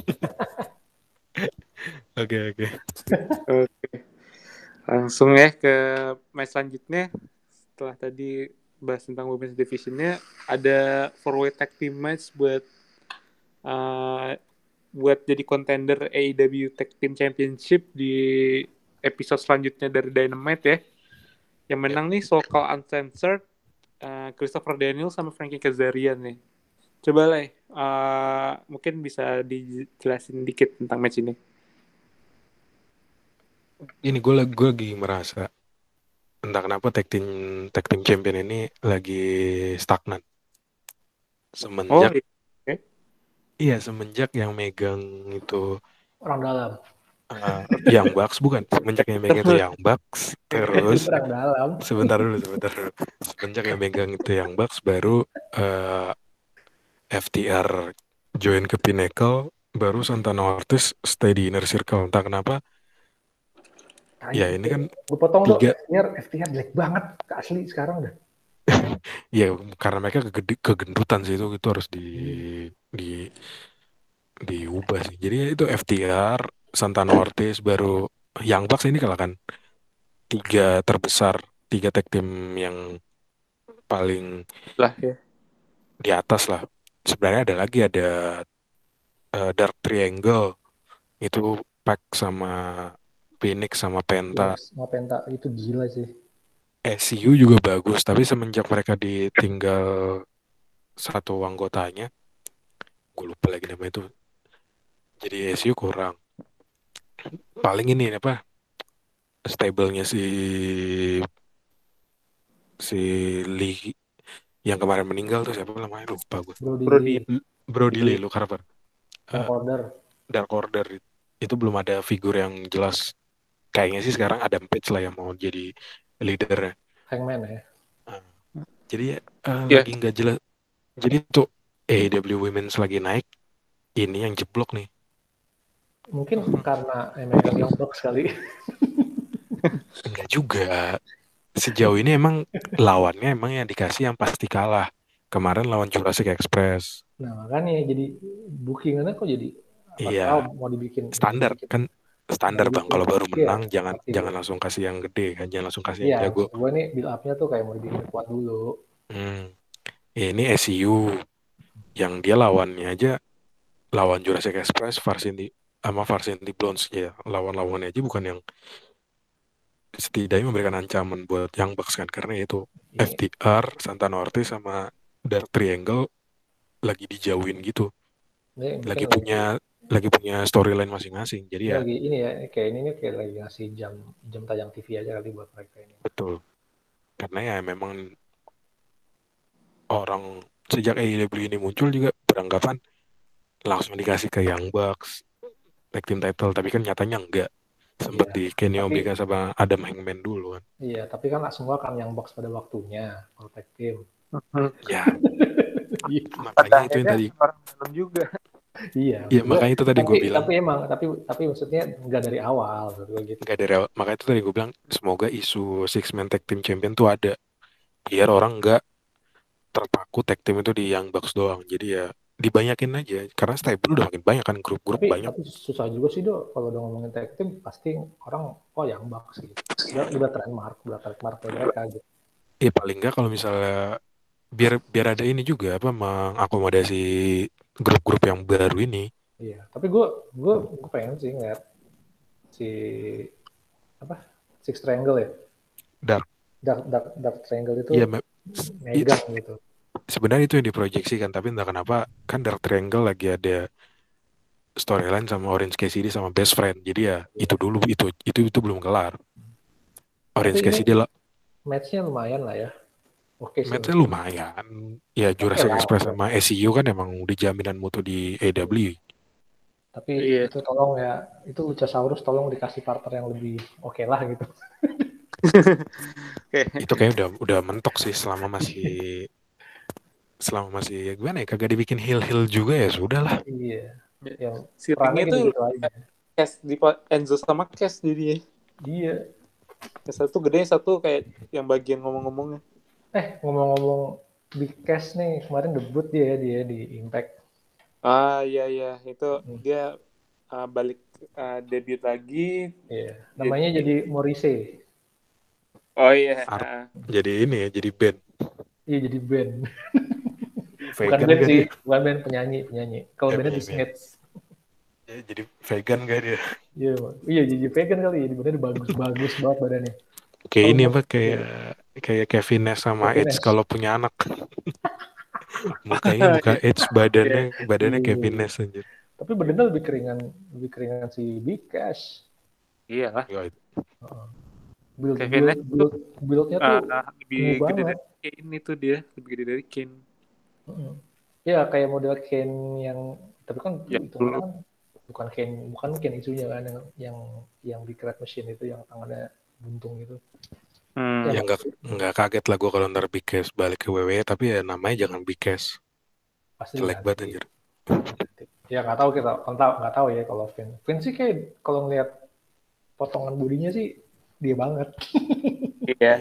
Oke oke. Oke. Langsung ya ke match selanjutnya. Setelah tadi bahas tentang Women's Division-nya, ada 4-way tag team match uh, buat jadi contender AEW Tag Team Championship di episode selanjutnya dari Dynamite ya. Yang menang nih So Called Uncensored, Christopher Daniels sama Frankie Kazarian nih. Coba lah, mungkin bisa dijelasin dikit tentang match ini. Ini gue lagi merasa entah kenapa tag team champion ini lagi stagnan Oh, semenjak iya. semenjak yang megang itu Orang dalam. Young Bucks, bukan semenjak yang megang itu Young Bucks, Itu terus orang dalam. sebentar dulu semenjak yang megang itu Young Bucks, baru FTR join ke Pinnacle, baru Santana Ortiz stay di Inner Circle. Entah kenapa Nah, ya ini kan gue potong dong, tiga, FTR jelek banget. Asli sekarang dah. ya karena mereka kegendutan sih, itu harus di diubah sih. Jadi ya itu FTR, Santana Ortiz, baru Young Bucks ini kalau kan tiga tag team yang paling Lah ya. di atas lah. Sebenarnya ada Dark Triangle, itu Pac sama Phoenix sama Penta. Phoenix sama Penta itu gila sih. SCU juga bagus, tapi semenjak mereka ditinggal satu anggotanya, gue lupa lagi namanya itu, jadi SCU kurang. Paling ini apa, stablenya si Lee yang kemarin meninggal tuh, siapa namanya lupa gue. Brody Brody. Lee, Brody Lee, Luke Harper. Dark Order, Dark Order itu belum ada figur yang jelas. Kayaknya sih sekarang Adam Page lah yang mau jadi leader. Hangman ya. Jadi Ya, lagi nggak jelas. Jadi tuh AEW Women's lagi naik, ini yang jeblok nih. Mungkin karena megang Young Bucks kali. Enggak juga. Sejauh ini emang lawannya emang yang dikasih yang pasti kalah. Kemarin lawan Jurassic Express. Nah makanya jadi bookingannya kok jadi apa Iya, tahu mau dibikin standar kan, mau standar bang. dibikin Kalau baru iya menang jangan ngerti gue. jangan langsung kasih yang gede kan, jangan langsung kasih yang Iya jago. maksud gue nih build up-nya tuh kayak mau dibikin kuat dulu. Ini SCU yang dia lawannya aja, lawan Jurassic Express, Varsity Blondes ya, lawan-lawannya aja bukan yang setidaknya memberikan ancaman buat Young Bucks kan, karena itu Ini FTR, Santana Ortiz sama Dark Triangle lagi dijauhin gitu, mungkin lagi punya storyline masing-masing, jadi ya lagi ini ya kayak ini nih kayak lagi ngasih jam jam tayang TV aja kali buat mereka ini. betul, karena ya memang orang sejak AEW ini muncul juga beranggapan langsung dikasih ke Young Bucks tag team title, tapi kan nyatanya enggak, sempet Iya. di Kenny Tapi Omega sama Adam Hangman dulu kan. iya, tapi kan nggak semua kan yang box pada waktunya kalau tag team. Ya Iya. pada makanya itu yang akhirnya tadi, orang dalam juga. Iya, ya maksud gue, makanya itu tadi gue bilang, tapi emang tapi maksudnya nggak dari awal maksud gue gitu. nggak dari awal. Makanya itu tadi gue bilang semoga isu Six Man Tag Team Champion tuh ada, biar orang nggak terpaku tag team itu di Young Bucks doang, jadi ya dibanyakin aja, karena stable udah makin banyak kan, grup-grup banyak. Tapi susah juga sih Do kalau udah ngomongin tag team pasti orang oh yang box gitu. Udah trademark mereka gitu. Paling nggak kalau misalnya biar ada ini juga apa, mengakomodasi grup-grup yang baru ini. Iya, tapi gue pengen sih ngeliat si apa Six Triangle ya. Dark. Dark Triangle itu Iya, megang gitu. sebenarnya itu yang diproyeksikan, tapi entah kenapa kan Dark Triangle lagi ada storyline sama Orange Cassidy sama Best Friend, jadi ya itu dulu, itu belum kelar. Tapi Orange ini Cassidy lah, matchnya lumayan lah ya. Oke sih matchnya menurut gue. lumayan ya. Oke Jurassic lah, Express oke. sama SCU kan emang udah jaminan mutu di AEW. Tapi Iya. itu tolong ya, itu Luchasaurus tolong dikasih partner yang lebih oke lah gitu. Oke. Itu kayak udah mentok sih selama masih selama masih gimana ya, kagak dibikin heel juga ya sudah lah. Iya. Yang Si perannya Ringnya tuh gitu-gitu aja. Cass di Enzo sama Cass jadi. Iya. Yang satu gede, satu kayak yang bagian ngomong-ngomongnya. Ngomong-ngomong Big Cass nih, kemarin debut dia di Impact. Ah iya itu Hmm. dia balik debut lagi. Iya. Namanya jadi Morrissey. Oh iya. Jadi ini ya, jadi band. Iya jadi band. Bukan Vegan band gak sih, dia? bukan band, penyanyi. Kalau bandnya The Penyanyi. Smiths. Ya, jadi vegan gak dia? Iya, iya jadi vegan kali ya, di badannya bagus banget badannya. Kayak Kalau ini mau apa, kayak kayak Kevin Nash sama Kevin Edge Nash. kalau punya anak. Mukanya muka Edge, badannya Iya. badannya Kevin Iya. Nash anjir. Tapi badannya lebih keringan si Big Cash. Iya lah. Ya, itu. Build Kevin build Nash tuh build buildnya tuh lebih ungu gede banget. dari Kane itu dia, lebih gede dari Kane. Ya kayak model Kane yang, tapi kan Ya itu dulu. kan bukan Kane isunya kan yang Big Red Machine itu yang tangannya buntung itu. Ya Yang nggak kaget lah gue kalau ntar Big Cass balik ke WWE, tapi ya namanya jangan Big Cass. pasti Jelek banget diganti. anjir. Ya nggak tahu ya kalau Vin sih kayak kalau ngeliat potongan bodinya sih dia banget. Iya.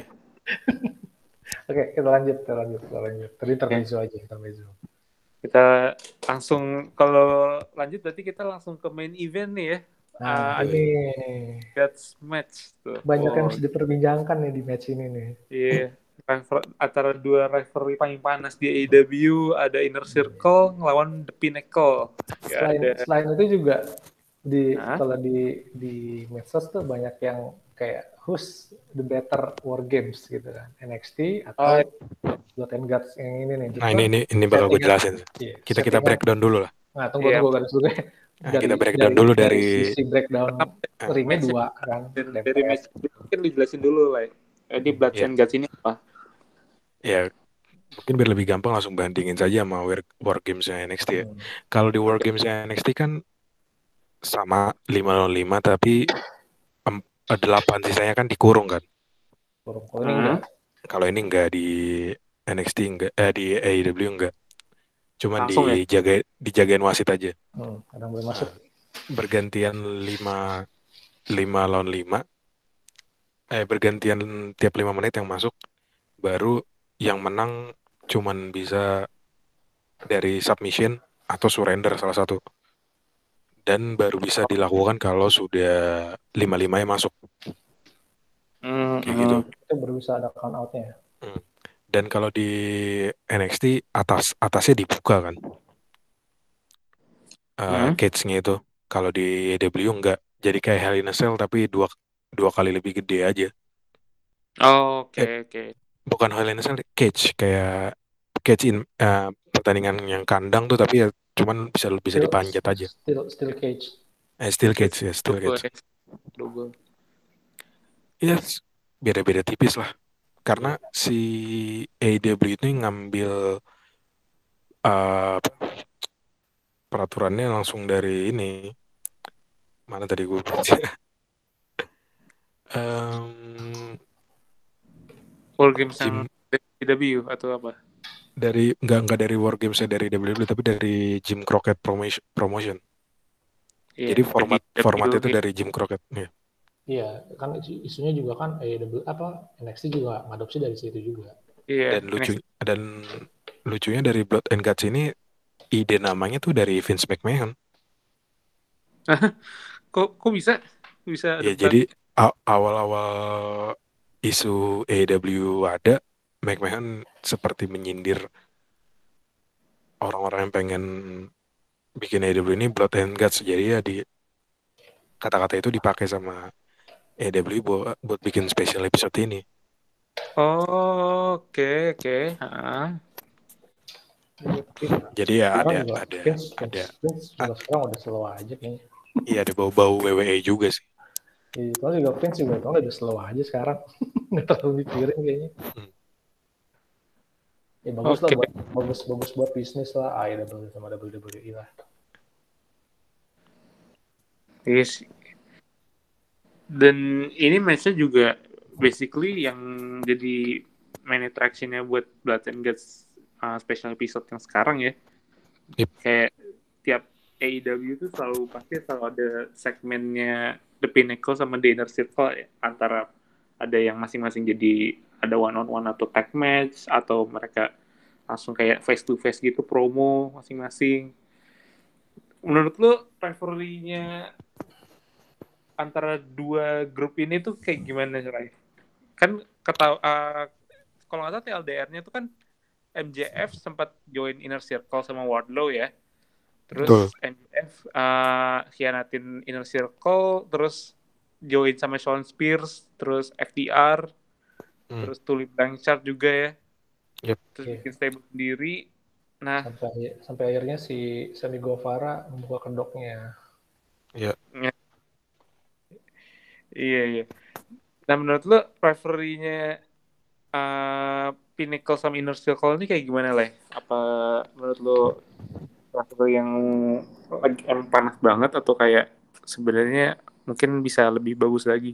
Oke, kita lanjut. Tadi Ya. intermezzo aja, intermezzo. Kita langsung kalau lanjut berarti kita langsung ke main event nih ya. Nah, Ada ini God's Match tuh. banyak yang Oh bisa diperbincangkan nih di match ini nih. iya. Antara dua rivalry paling panas di AEW, ada Inner Circle ngelawan The Pinnacle. Ya Selain ada. selain itu juga Hah? kalau di medsos tuh banyak yang kayak who's the better war games gitu kan, NXT Oh, atau Blood and Guts yang ini nih. Nah Itu kan ini bakal gue settingan, jelasin. iya, Kita settingan. breakdown dulu lah. Nah, iya. tunggu garis dulu deh. Nah, kita breakdown Dari dulu dari dari sisi breakdown ringnya Match dua kan, dari DPS. match mungkin lu jelasin dulu lah. Ini Blood ya and Guts ini apa? ya mungkin biar lebih gampang langsung bandingin saja sama War Games-nya NXT ya. Kalau di War Oke. Games-nya NXT kan sama 5 lawan 5, tapi 8 sisanya kan dikurung kan. Kalau ini enggak. Kalau ini enggak di NXT, enggak di AEW enggak. Cuman Langsung ya. dijagain wasit aja. Ada yang boleh masuk. Nah, bergantian 5 lawan 5, bergantian tiap 5 menit yang masuk, baru yang menang cuman bisa dari submission atau surrender salah satu. Dan baru bisa dilakukan kalau sudah 5-5-nya masuk. Kayak gitu. Itu baru bisa ada count out-nya. Hmm. Dan kalau di NXT atasnya dibuka kan, cage-nya itu. Kalau di AEW enggak, jadi kayak Hell in a Cell tapi dua kali lebih gede aja. Oke. Bukan Hell in a Cell, cage, kayak pertandingan yang kandang tuh, tapi ya cuman bisa dipanjat aja. Still cage. Steel cage ya, steel cage. Double. Ya, beda-beda tipis lah. Karena si AEW itu ngambil peraturannya langsung dari ini. Mana tadi gue baca? War Games yang Jim AEW atau apa? dari nggak dari War Games dari WWE, tapi dari Jim Crockett Promotion. Jadi Iya, format itu AEW. dari Jim Crockett. Ya. Iya, kan isunya juga kan NXT juga ngadopsi dari situ juga. Iya. Dan lucunya dari Blood and Guts ini, ide namanya tuh dari Vince McMahon. Kok bisa Ya, ada jadi awal-awal isu AEW ada, McMahon seperti menyindir orang-orang yang pengen bikin AEW ini Blood and Guts. Jadi ya kata-kata itu dipakai sama AEW buat bikin special episode ini. Oke. Jadi ya ada. Vince juga sekarang udah slow aja kayaknya. Iya, ada bau-bau WWE juga sih. Itu juga Vince juga udah slow aja sekarang. Nggak terlalu mikirin kayaknya. Ya bagus lah, bagus buat bisnis lah, AEW sama WWE lah. Yes. Dan ini match-nya juga basically yang jadi main attraction-nya buat Blood and Guts special episode yang sekarang ya. Yep. Kayak tiap AEW itu pasti selalu ada segmennya The Pinnacle sama The Inner Circle ya. Antara ada yang masing-masing jadi ada one on one atau tag match, atau mereka langsung kayak face to face gitu promo masing-masing. Menurut lu rivalry-nya antara dua grup ini tuh kayak gimana, Ray? Kan kalau nggak salah TLDR-nya tuh kan MJF sempat join Inner Circle sama Wardlow ya. Betul. Terus MJF hianatin Inner Circle, terus join sama Shawn Spears, terus FTR, terus Tully Blanchard juga ya. Yep. Terus bikin stable sendiri. Nah, sampai akhirnya si Sammy Guevara membuka kedoknya. Iya. Iya. Nah, menurut lu rivalry-nya Pinnacle sama Inner Circle ini kayak gimana, Leh? Apa menurut lu rivalry yang lagi panas banget, atau kayak sebenarnya mungkin bisa lebih bagus lagi?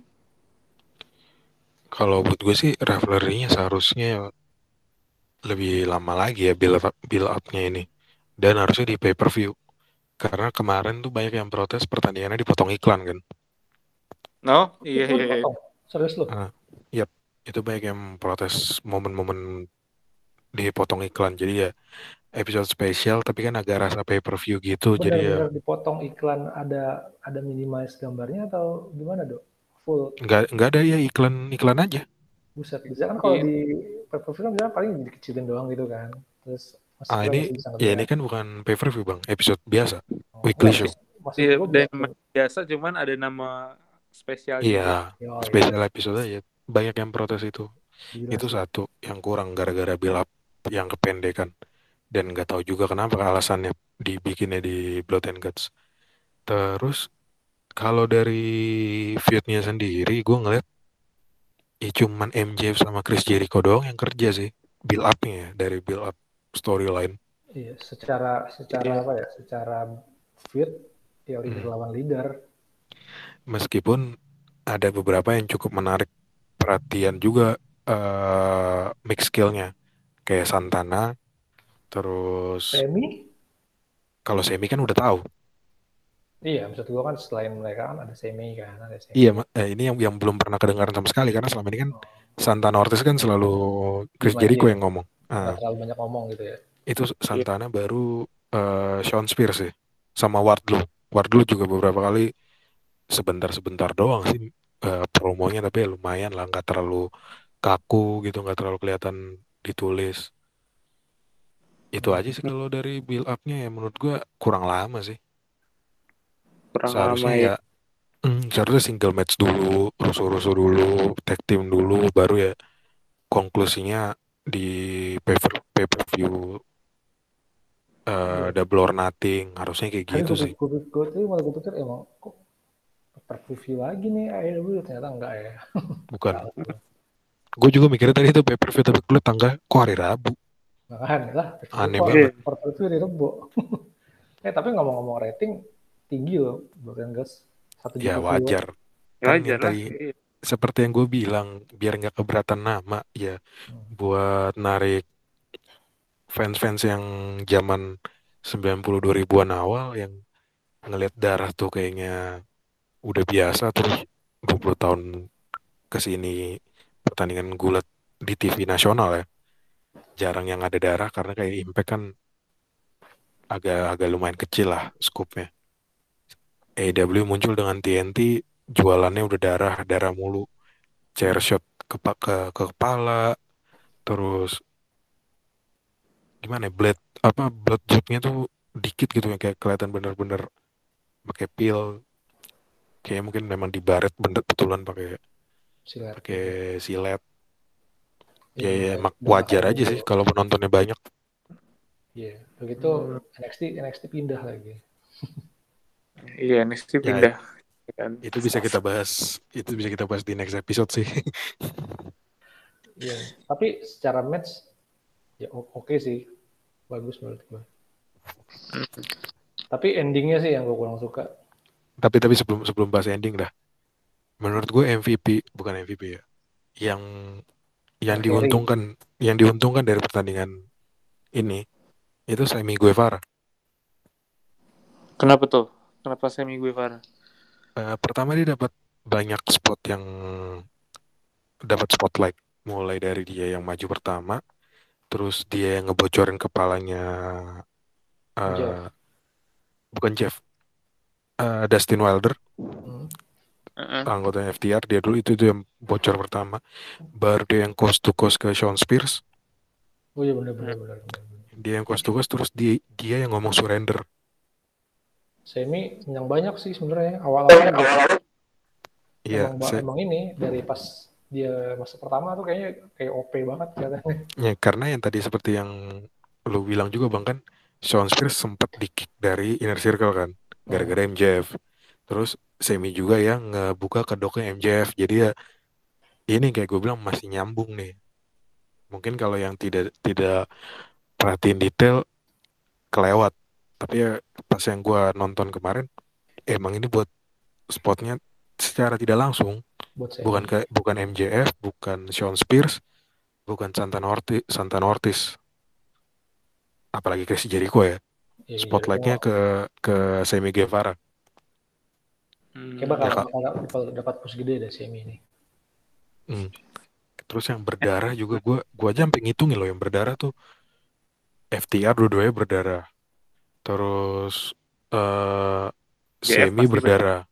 Kalau buat gue sih rivalry-nya seharusnya lebih lama lagi ya build up-nya ini. Dan harusnya di pay-per-view. Karena kemarin tuh banyak yang protes pertandingannya dipotong iklan kan. No? Iya. Dipotong? Serius lu? Yap, itu banyak yang protes momen-momen dipotong iklan. Jadi ya episode spesial tapi kan agak rasa pay-per-view gitu. Jadi ya Benar-benar dipotong iklan, ada minimize gambarnya atau gimana, Dok? Full? nggak ada ya iklan aja. Buset, biasanya kan kalau di pay-per-view kan biasanya paling dikecilin doang gitu kan. Terus ini masih bisa ya ngeliat. ini kan bukan pay-per-view bang, episode biasa, weekly show. Maksud gue biasa cuman ada nama spesial gitu. Iya, spesial episode aja. Banyak yang protes itu. Gila Itu sih. satu yang kurang gara-gara build up yang kependekan. Dan nggak tahu juga kenapa alasannya dibikinnya di Blood and Guts. Terus kalau dari feud-nya sendiri, gue ngeliat ya cuman MJF sama Chris Jericho doang yang kerja sih. Build up-nya ya, dari build up storyline. Iya, secara apa ya? Secara feud ya udah lawan leader. Meskipun ada beberapa yang cukup menarik perhatian juga mix skill-nya. Kayak Santana, terus Semi? kalau Semi kan udah tahu. Iya, maksud gue kan selain mereka kan ada Semi kan, ada Semi. Iya, ini yang belum pernah kedengaran sama sekali karena selama ini kan Santana Ortiz kan selalu Chris Jericho yang ngomong. Nggak terlalu banyak ngomong gitu ya. Itu Santana baru Shawn Spears sih, sama Wardlow. Wardlow juga beberapa kali sebentar doang sih promonya, tapi ya lumayan lah, nggak terlalu kaku gitu, nggak terlalu kelihatan ditulis. Itu aja sih kalau dari build up-nya ya menurut gue kurang lama sih. Seharusnya ya seharusnya single match dulu, rusuh-rusuh dulu, tag team dulu, baru ya konklusinya di pay-per-view double or nothing. Harusnya kayak gitu sih. Gue pikir emang kok pay-per-view lagi nih AEW, ternyata enggak ya. Bukan. Gue juga mikirnya tadi itu pay-per-view, tapi gue tangga kok hari Rabu. Lah, aneh banget. Pay-per-view di Rebo. Tapi ngomong-ngomong rating tinggi loh, Broken Guts. 1 juta ya wajar. Kan yang tadi seperti yang gue bilang, biar nggak keberatan nama ya, buat narik fans-fans yang zaman 92 ribuan awal yang ngelihat darah tuh kayaknya udah biasa, terus 20 tahun kesini pertandingan gulat di TV nasional ya jarang yang ada darah, karena kayak Impact kan agak lumayan kecil lah skupnya. AEW muncul dengan TNT, jualannya udah darah mulu, chair shot ke kepala, terus gimana ya, blood dripnya tuh dikit gitu yang kayak kelihatan bener-bener pakai pil, kayak mungkin memang dibaret betulan pakai silet. Ya wajar aja sih kalau penontonnya banyak. Iya, begitu NXT pindah lagi. Iya, NXT pindah. Itu bisa kita bahas di next episode sih. Iya, tapi secara match ya oke sih, bagus menurut gue. Tapi endingnya sih yang gue kurang suka. Tapi sebelum bahas ending dah, menurut gue bukan MVP ya, yang diuntungkan dari pertandingan ini itu Sammy Guevara. Kenapa tuh? Kenapa Sammy Guevara? Pertama dia dapat banyak spot yang dapat spotlight, mulai dari dia yang maju pertama, terus dia yang ngebocorin kepalanya Jeff. eh bukan Jeff, Dustin Wilder, Hmm. anggota FTR. Dia dulu itu yang bocor pertama, baru dia yang coast to coast ke Shawn Spears. Oh iya benar. Dia yang coast to coast, terus dia yang ngomong surrender. Semi yang banyak sih sebenarnya awal-awal juga Iya, emang ini dari pas dia masa pertama tuh kayaknya kayak OP banget katanya. ya, karena yang tadi seperti yang lu bilang juga bang kan, Shawn Spears sempat di-kick dari Inner Circle kan, gara-gara MJF. Terus Semi juga yang ngebuka kedoknya MJF. Jadi ya ini kayak gue bilang masih nyambung nih. Mungkin kalau yang tidak tidak perhatiin detail kelewat. Tapi ya pas yang gue nonton kemarin, emang ini buat spotnya secara tidak langsung. Buat Bukan Semi. kayak bukan MJF, bukan Shawn Spears, bukan Santana Ortiz, apalagi Chris Jericho ya. Iya, Jericho Spotlightnya ke Sammy Guevara. kayak bakal Ya kak. bakal dapat push gede dari Semi ini. Hmm. Terus yang berdarah juga gua aja sampai ngitungin loh yang berdarah tuh FTR dua-duanya berdarah. Terus eh JF Semi pasti berdarah. berdarah,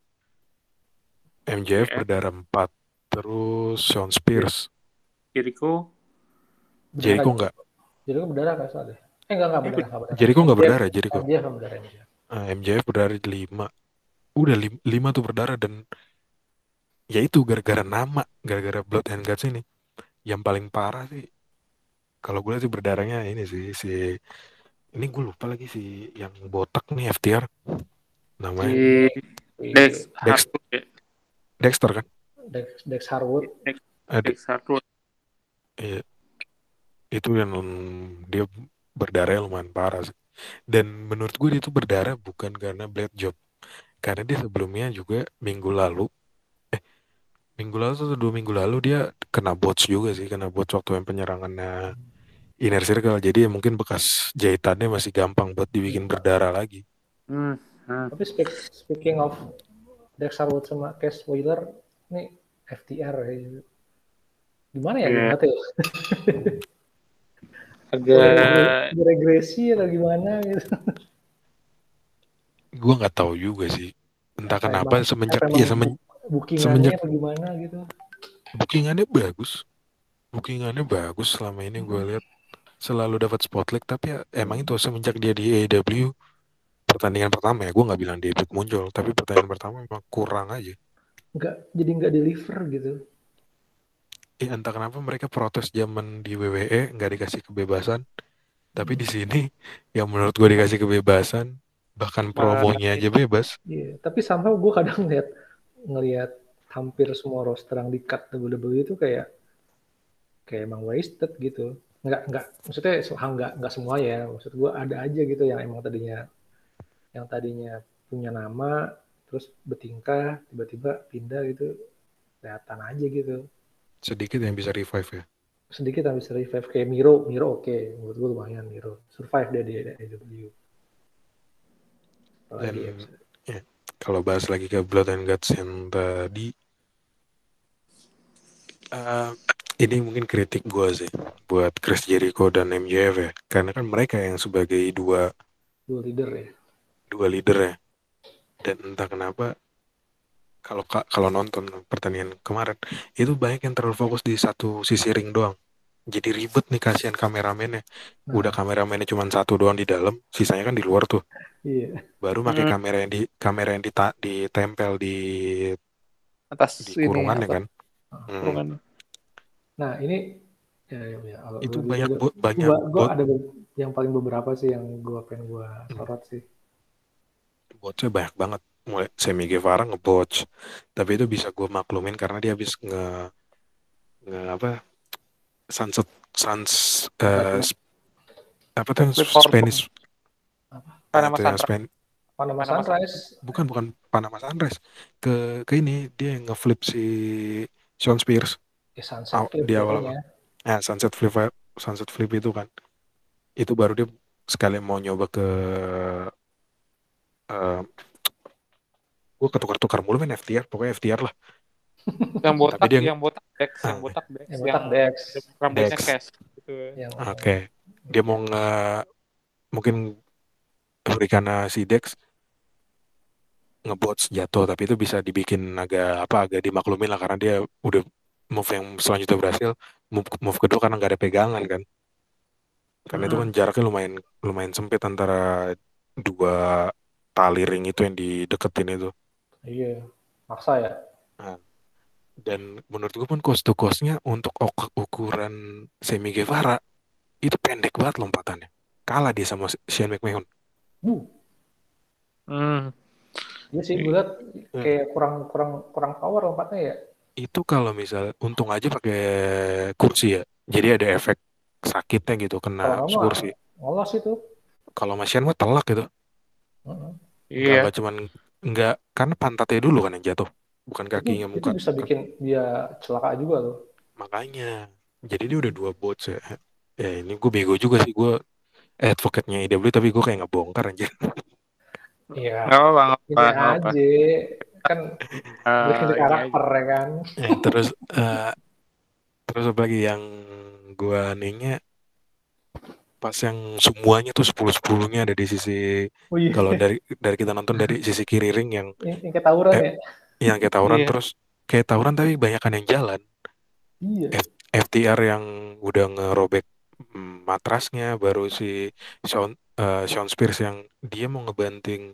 MJF JF, berdarah 4. Terus Shawn Spears, Jericho, Berdarah Jericho enggak. Jericho berdarah kan soalnya. Enggak eh, berdarah. Jericho enggak MJF berdarah, Jericho. MJF kan berdarah MJF. MJF berdarah 5. Udah 5 tuh berdarah, dan ya itu gara-gara nama, gara-gara Blood and Guts ini. Yang paling parah sih kalau gue lihat sih berdarahnya ini sih si ini gue lupa lagi si yang botak nih FTR namanya si Dex Dex Harwood ya. Dexter kan. Dex Harwood. Dex, Ada Dex Harwood. iya, itu yang dia berdarah lumayan parah sih. Dan menurut gue dia itu berdarah bukan karena blade job, karena dia sebelumnya juga minggu lalu atau 2 minggu lalu dia kena botch juga sih, kena botch waktu yang penyerangannya Inner Circle. Jadi ya mungkin bekas jahitannya masih gampang buat dibikin berdarah lagi. Hmm. Tapi speaking of Dex Harwood sama Cash Wheeler, ini FTR ya. Gimana ya Yeah. gimana tuh? Agak Regresi atau gimana gitu. Gue nggak tahu juga sih, entah Apa kenapa bookingannya semenjak atau gimana gitu. bookingannya bagus selama ini gue lihat, selalu dapat spotlight. Tapi ya, emang itu semenjak dia di AEW pertandingan pertama ya, gue nggak bilang dia muncul, tapi pertandingan pertama memang kurang aja. Nggak deliver gitu. Entah kenapa mereka protes zaman di WWE nggak dikasih kebebasan, tapi di sini yang menurut gue dikasih kebebasan, bahkan promonya aja bebas. Iya, tapi somehow gue kadang ngelihat hampir semua roster yang di-cut WWE itu kayak emang wasted gitu. Nggak maksudnya nggak semua ya. Maksud gue ada aja gitu yang emang tadinya punya nama terus bertingkah tiba-tiba pindah gitu, kelihatan aja gitu. Sedikit yang bisa revive ya. Sedikit habis revive kayak Miro oke. Menurut gue lumayan Miro survive dia di AEW. Dan Apalagi ya, kalau bahas lagi ke Blood and Guts yang tadi, ini mungkin kritik gue sih buat Chris Jericho dan MJF ya, karena kan mereka yang sebagai dua leader ya. leader ya. Dan entah kenapa kalau nonton pertandingan kemarin itu banyak yang terlalu fokus di satu sisi ring doang. Jadi ribet nih, kasihan kameramennya. Udah kameramennya cuma satu doang di dalam, sisanya kan di luar tuh. Iya. Baru pakai kamera yang ditempel di atas di ini kurungannya apa? kan. Kurungan. Nah ini Itu gitu banyak juga. banyak Gue ada yang paling beberapa sih yang pengen gue sorot sih. botnya banyak banget. Mulai Sammy Guevara ngebotch, tapi itu bisa gue maklumin karena dia habis nge apa sunset apa tuh Spanish Panama itu yang Sunrise. Panama Sunrise. Bukan Panama Sunrise, ke ini dia yang ngeflip si Shawn Spears Sunset Flip di awal. pokoknya. Sunset flip itu kan itu baru dia sekali mau nyoba ke gue ketukar-tukar mulu main FTR, pokoknya FTR lah. Yang Tapi botak, dia yang botak Dex, ah, yang botak Dex, Yang yang botak Dex, rambutnya Dex, cash gitu. yang oke. Dia mau mungkin berikan si Dex ngebots jatuh, tapi itu bisa dibikin agak dimaklumin lah karena dia udah move yang selanjutnya berhasil, move kedua karena nggak ada pegangan kan. Karena itu kan jaraknya lumayan lumayan sempit antara dua tali ring itu yang dideketin itu. iya maksa ya. Nah, dan menurut gue pun cost to cost-nya untuk ukuran Semi Guevara itu pendek banget lompatannya. Kalah dia sama Shane McMahon. Uh, Hmm. iya sih gue liat Eh, kayak kurang kurang kurang power lompatnya ya. Itu kalau misal untung aja pakai kursi ya. Jadi ada efek sakitnya gitu kena Kalau nggak mah kursi. ngolos itu. Kalau Mas Shane mah telak gitu. Heeh. Iya. Nggak cuman nggak karena pantatnya dulu kan yang jatuh, bukan kakinya Itu muka. bisa bikin dia celaka juga loh. Makanya. Jadi dia udah 2 bots ya. Ya ini gue bego juga sih, gue advocate-nya IW tapi gue kayak ngebongkar anjir. Iya, Nggak apa-apa, nggak ini apa-apa, nggak apa-apa. aja kan ganti Ini aja. karakter ya kan. Terus terus apa lagi yang gue anehnya pas yang semuanya tuh 10-10-nya ada di sisi, Oh iya, kalau dari kita nonton dari sisi kiri ring yang kayak tawuran eh, ya. yang kayak tawuran, Iya. terus kayak tawuran tapi banyakan yang jalan. Iya, FTR yang udah ngerobek matrasnya, baru si Sean Spears yang dia mau ngebanting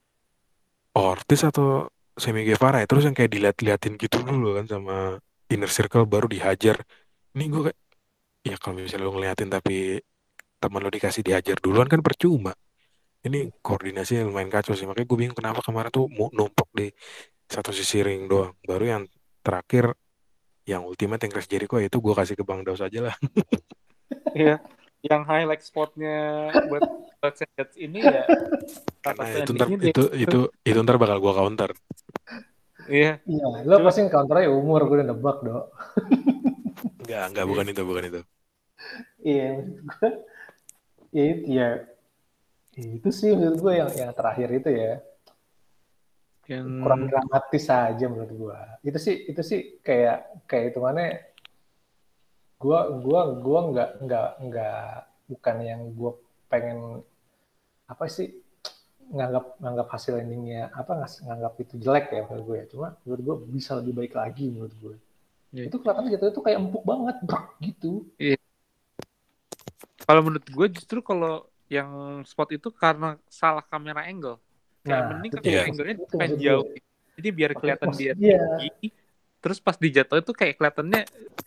Ortiz atau Semi Guevara ya, terus yang kayak dilihat-liatin gitu dulu kan sama Inner Circle baru dihajar. Ini gue kayak, ya kalau misalnya lo ngeliatin tapi teman lo dikasih dihajar duluan kan percuma. Ini koordinasinya lumayan kacau sih, makanya gue bingung kenapa kemarin tuh mau numpuk di satu sisi ring doang. Baru yang terakhir yang Ultimate yang Chris Jericho itu gue kasih ke Bang Daus aja lah. Iya. Yang highlight spotnya buat Sets ini ya salah Karena satu itu ntar endingnya dia. itu ntar bakal gue counter. Iya. iya. Lo Coba. pasti counternya umur, gue udah nebak dong. Enggak, bukan itu, bukan itu. Iya, maksud gue, ya itu sih menurut gue yang terakhir itu ya Yang kurang dramatis aja menurut gue. Itu sih kayak kayak itu mana? Gua nggak bukan yang gue pengen apa sih nganggap hasil endingnya apa nganggap itu jelek ya menurut gue ya. Cuma menurut gue bisa lebih baik lagi menurut gue. Iya. Itu kelihatan gitu itu kayak empuk banget brak gitu. Iya. Kalau menurut gue justru kalau yang spot itu karena salah kamera angle. Kayak Nah mending itu Iya. kamera angle-nya itu kan maksud gue. jauh. Jadi biar kelihatan Maksud dia dia tinggi. Terus pas dijatuh itu kayak kelihatannya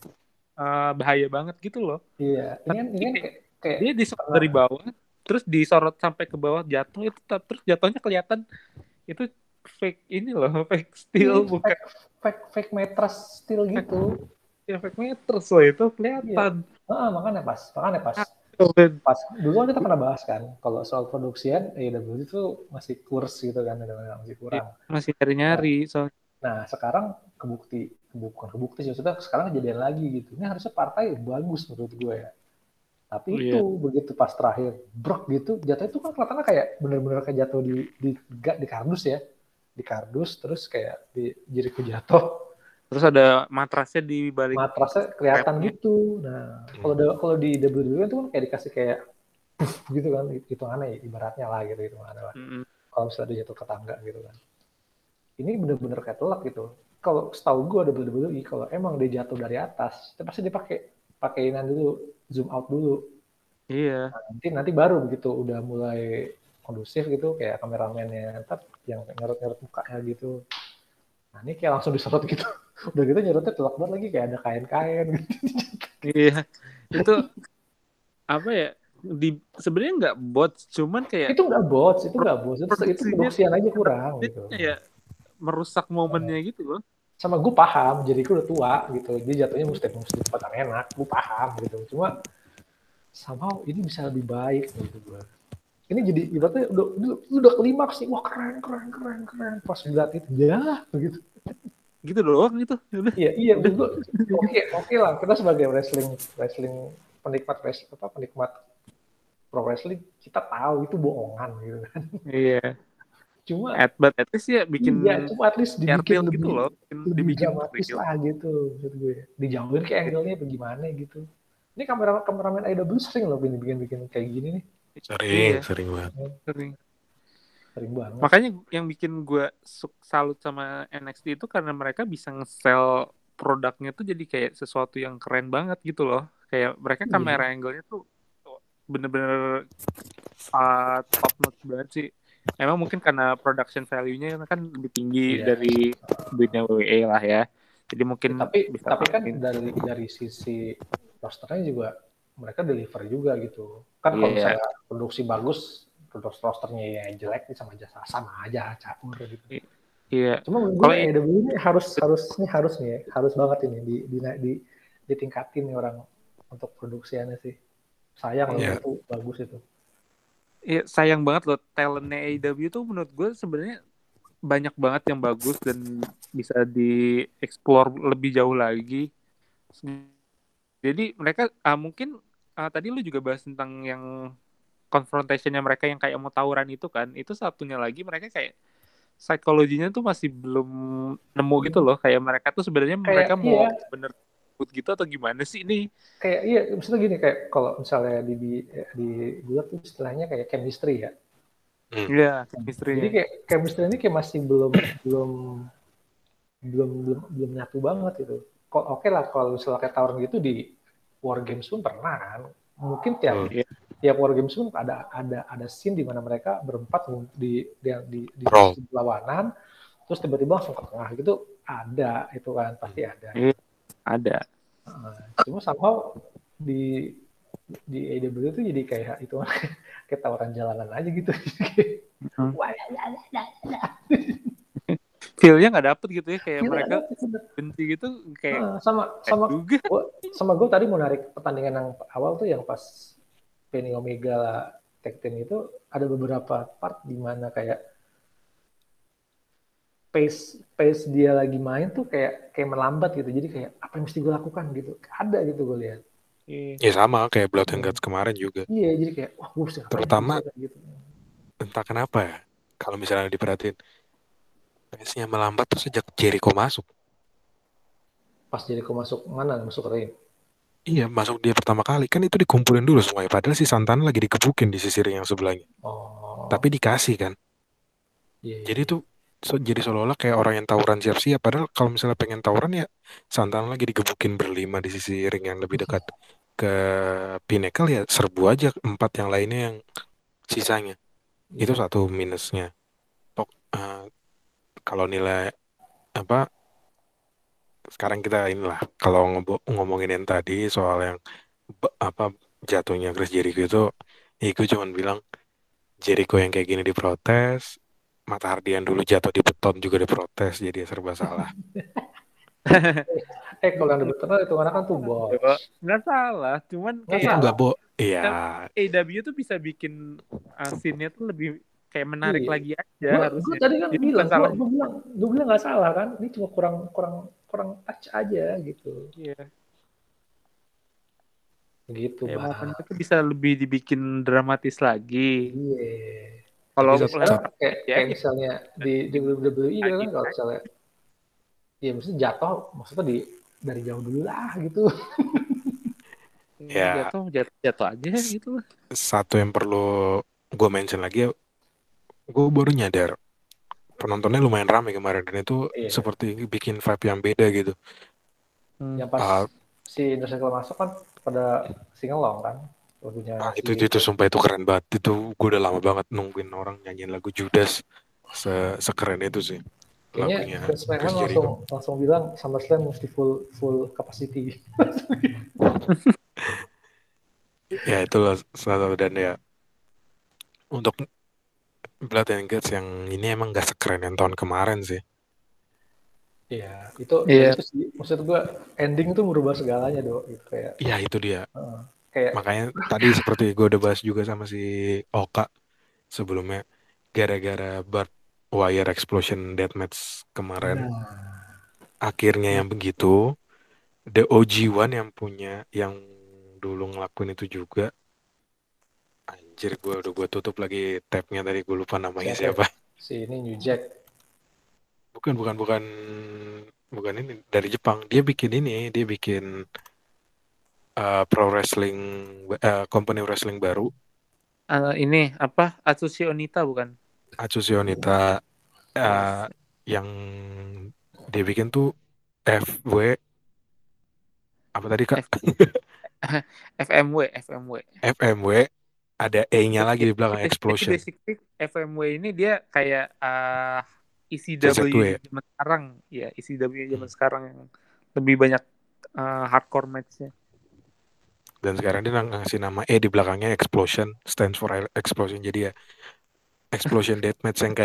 bahaya banget gitu loh. iya ini Tapi kan kayak dia disorot karena dari bawah, terus disorot sampai ke bawah jatuh itu terus jatuhnya kelihatan itu fake ini loh, fake iya steel bukan fake mattress steel fake, gitu. ya, fake meters loh itu Iya. kelihatan. Makanya pas Dan pas dulu kan kita pernah bahas kan kalau soal produksian AEW itu masih kurs gitu kan masih ya, kurang. masih Nah, nyari-nyari soalnya. nah sekarang bukan kebukti sih maksudnya sekarang kejadian lagi gitu. Ini harusnya partai bagus menurut gue ya. Tapi Oh, itu iya. begitu pas terakhir brok gitu jatuh itu kan kelihatannya kayak bener-bener kayak jatuh di kardus ya. Di kardus terus kayak jadi jatuh Terus ada matrasnya di balik matrasnya kelihatan strapnya. gitu. Nah, kalau di WWE itu kan kayak dikasih kayak gitu kan itu aneh ibaratnya lah gitu itu aneh lah. Mm-mm. Kalau misalnya dia jatuh ke tangga gitu kan. Ini bener-bener kayak telak gitu. Kalau setahu gue WWE kalau emang dia jatuh dari atas, itu pasti dia pakainan dulu, zoom out dulu. Iya. Nah, nanti baru begitu udah mulai kondusif gitu kayak kameramennya ntar yang nyerut-nyerut mukanya gitu. Nah ini kayak langsung disorot gitu. Udah gitu nyerutnya telak banget lagi kayak ada kain-kain gitu. Iya. Itu apa ya? Sebenarnya nggak bot, cuman kayak Itu nggak bots, itu produksinya produksian aja kurang gitu. kayak merusak momennya gitu loh. Sama gue paham, jadi gue udah tua gitu, dia jatuhnya mesti di tempat yang enak, gue paham gitu. Cuma somehow ini bisa lebih baik gitu gue. Ini jadi ibaratnya udah klimaks sih, wah keren. Pas lihat itu ya begitu. Gitu doang gitu. Udah. Iya, Udah. gue oke lah kita sebagai wrestling penikmat penikmat pro wrestling kita tahu itu bohongan gitu kan. Iya. Cuma But at least ya bikin iya, cuma at least ya dibikin real gitu lebih loh, lebih dibikin dramatis real. lah gitu maksud gue. Dijauhin ke angle-nya bagaimana gitu. Ini kameramen AEW sering loh bikin kayak gini nih. Iya, Sering banget. sering. Sering banget. Makanya yang bikin gue salut sama NXT itu karena mereka bisa nge-sell produknya tuh jadi kayak sesuatu yang keren banget gitu loh. Kayak mereka kamera angle-nya tuh bener-bener top notch banget sih. Emang mungkin karena production value-nya kan lebih tinggi dari duitnya WWE lah ya. Jadi mungkin bisa tapi kan main. dari sisi rosternya juga mereka deliver juga gitu. Kan kalau misalnya produksi bagus, rosternya ya jelek sama aja campur gitu. Iya. Cuma menurut gue AEW ini harus banget ini ditingkatin nih orang untuk produksiannya sih. Sayang loh itu bagus itu. Iya, sayang banget loh talentnya AEW tuh menurut gue sebenarnya banyak banget yang bagus dan bisa dieksplor lebih jauh lagi. Jadi mereka mungkin tadi lu juga bahas tentang yang confrontation-nya mereka yang kayak mau tawuran itu kan. Itu satunya lagi mereka kayak psikologinya tuh masih belum nemu gitu loh. Kayak mereka tuh sebenarnya mereka mau bener gitu atau gimana sih ini? Kayak maksudnya gini kayak kalau misalnya di gue tuh istilahnya kayak chemistry ya. Iya, chemistry-nya. Jadi kayak chemistry ini kayak masih belum nyatu banget gitu. Oke lah kalau misalnya kayak tawuran gitu di War Games pun pernah kan. Mungkin tiap War Games pun ada scene di mana mereka berempat di perlawanan terus tiba-tiba langsung ke tengah gitu ada itu kan pasti ada. Iya, ada. Cuma somehow di AEW itu jadi kayak itu kayak tawaran jalanan aja gitu. Feel-nya nggak dapet gitu ya kayak mereka benci gitu kayak sama gue tadi mau narik pertandingan yang awal tuh yang pas Kenny Omega tag team itu ada beberapa part di mana kayak pace dia lagi main tuh kayak melambat gitu jadi kayak apa yang mesti gue lakukan gitu ada gitu gue lihat. Iya sama kayak Blood and Guts kemarin juga. Iya jadi kayak wah gue mesti ngapain terutama gitu. Entah kenapa ya kalau misalnya diperhatiin pace-nya melambat tuh sejak Jericho masuk. Pas Jericho masuk mana masuk ring? Iya masuk dia pertama kali kan itu dikumpulin dulu semuanya padahal si Santana lagi dikebukin di sisi ring yang sebelahnya. Tapi dikasih kan. Jadi tuh jadi seolah-olah kayak orang yang tawuran siap-siap padahal kalau misalnya pengen tawuran ya Santana lagi digebukin berlima di sisi ring yang lebih dekat ke Pinnacle ya serbu aja 4 yang lainnya yang sisanya. Itu satu minusnya. Kalau nilai apa sekarang kita inilah kalau ngomongin yang tadi soal yang apa jatuhnya Chris Jericho itu gue cuman bilang Jericho yang kayak gini diprotes, Mata Hardian dulu jatuh di beton juga diprotes, jadi serba salah. Kalau yang beton itu karena kan tuh bos. Nggak salah, cuman kayak itu nggak iya. AEW tuh bisa bikin scene-nya tuh lebih kayak menarik lagi aja harusnya. Gue tadi kan bilang, gue bilang nggak salah kan, ini cuma kurang touch aja gitu. Iya. Gitu ya, Bang. makanya itu bisa lebih dibikin dramatis lagi. Iya. Kalau kayak misalnya di WWE kan kalau misalnya ya maksudnya maksudnya dari jauh dulu lah gitu. Ya. Jatuh aja gitu. Satu yang perlu gue mention lagi, gue baru nyadar penontonnya lumayan ramai kemarin dan itu seperti bikin vibe yang beda gitu. Yang pas si Indonesia masuk kan pada singelong kan lagunya itu sumpah itu keren banget. Itu gue udah lama banget nungguin orang nyanyiin lagu Judas sekeren itu sih. Kayaknya Vince McMahon langsung bilang SummerSlam mesti full capacity. Ya itulah salah satu dan ya untuk Blood and Guts yang ini emang gak sekeren yang tahun kemarin sih. Iya, itu sih maksud gue ending tuh merubah segalanya gitu kayak. Iya itu dia. Makanya tadi seperti gue udah bahas juga sama si Oka sebelumnya gara-gara Barbed Wire Explosion Deathmatch kemarin akhirnya yang begitu The OG One yang punya yang dulu ngelakuin itu juga Anjir, gue tutup lagi tabnya tadi, gue lupa namanya Siapa? siapa. Si ini New Jack. Bukan ini dari Jepang. Dia bikin pro wrestling, company wrestling baru. Ini apa? Atsushi Onita bukan? Atsushi Onita, Yes. yang dia bikin tuh FW apa tadi kak? F FMW. FMW, ada E-nya lagi di belakang, Jadi Explosion. basically FMW ini dia kayak VZW. ECW zaman sekarang, ya ECW zaman Hmm. sekarang yang lebih banyak hardcore match-nya. Dan sekarang dia ngasih nama E di belakangnya, Explosion, stands for Explosion. Jadi ya Explosion Deathmatch yang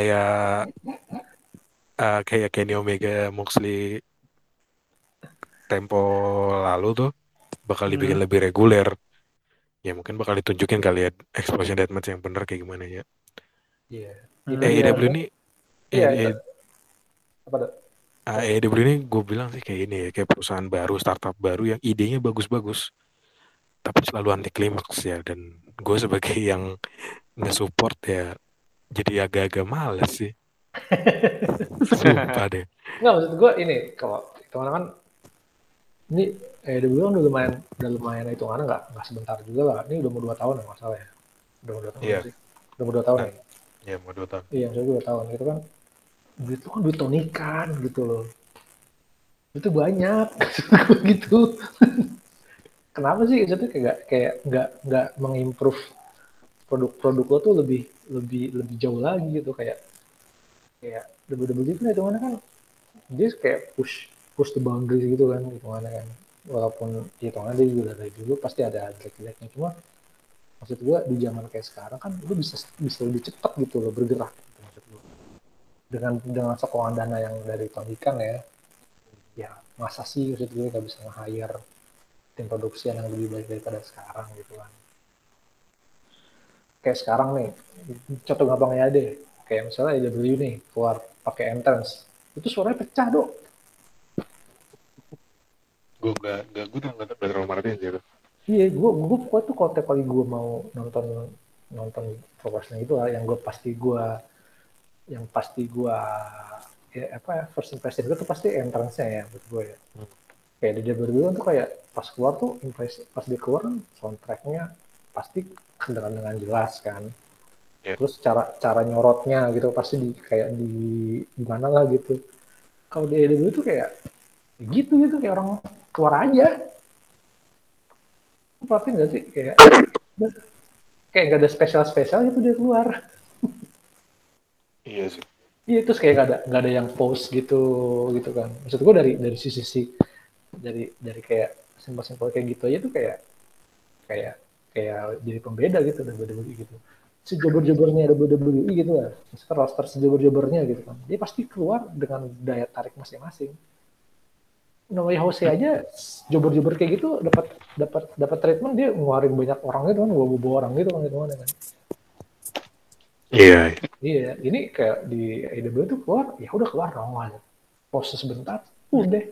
kayak Kenny Omega, Moxley tempo lalu tuh bakal dibikin lebih reguler. Ya mungkin bakal ditunjukin kali ya Explosion Deathmatch yang bener kayak gimana ya. Iya. Itu dia. AEW ini Iya, itu. Apa tuh? AEW ini gue bilang sih kayak ini ya, kayak perusahaan baru, startup baru yang idenya bagus-bagus, tapi selalu anti klimaks ya. Dan gue sebagai yang nge-support ya, jadi agak-agak males sih. Sumpah deh. Nggak, maksud gue ini, kalau teman-teman kan, ini dulu kan udah lumayan hitungannya nggak sebentar juga lah. Ini udah mau 2 tahun ya masalah ya. Udah mau 2 tahun Iya. sih. Udah mau 2 tahun Nah, ya. ya mau 2 tahun. Iya, maksudnya 2 tahun itu kan duit kan duit tonikan gitu loh. Itu banyak gitu. Kenapa sih itu kayak nggak mengimprove produk-produk lo tuh lebih lebih lebih jauh lagi gitu, kayak WWE itu hitungannya kan dia kayak push the boundaries gitu kan hitungannya kan, walaupun hitungannya dia juga dari dulu pasti ada jelek-jeleknya, cuma maksud gue di zaman kayak sekarang kan lu bisa lebih cepat gitu loh bergerak gitu, maksud gue dengan sekuan dana yang dari tonikan ya masa sih maksud gue nggak bisa nge-hire tim produksi yang lebih baik daripada sekarang gitu kan. Kayak sekarang nih, contoh gampangnya deh, kayak misalnya AEW nih keluar pakai entrance, itu suaranya pecah dong. Gue udah nggak terlalu marah sih itu. Iya, gue pokoknya tuh kalau tiap kali gue mau nonton nonton pro wrestling itu lah, yang pasti gue ya apa ya, first impression gue tuh pasti entrance-nya ya buat gue ya. Kayak di WWE tuh kayak pas keluar tuh impresi, pas dia keluar kan soundtracknya pasti kedengaran dengan jelas kan. Ya. Terus cara nyorotnya gitu pasti kayak di mana lah gitu. Kalau di AEW tuh kayak gitu kayak orang keluar aja. Perhatiin nggak sih kayak nggak ada spesial gitu dia keluar. Iya sih. Iya, terus kayak nggak ada yang post gitu kan. Maksud gue dari sisi dari kayak simpel-simpel kayak gitu aja tuh kayak kayak jadi pembeda gitu dan WWE gitu. Sejobor-jobornya WWE gitu lah. Maksudnya roster sejobor-jobornya gitu kan. Dia pasti keluar dengan daya tarik masing-masing. Namanya Jose aja jobor-jobor kayak gitu dapat treatment, dia ngeluarin banyak orang gitu kan, bawa orang gitu kan gitu kan. Iya. Iya, ini kayak di AEW tuh keluar, ya udah keluar nongol. Pause sebentar, udah.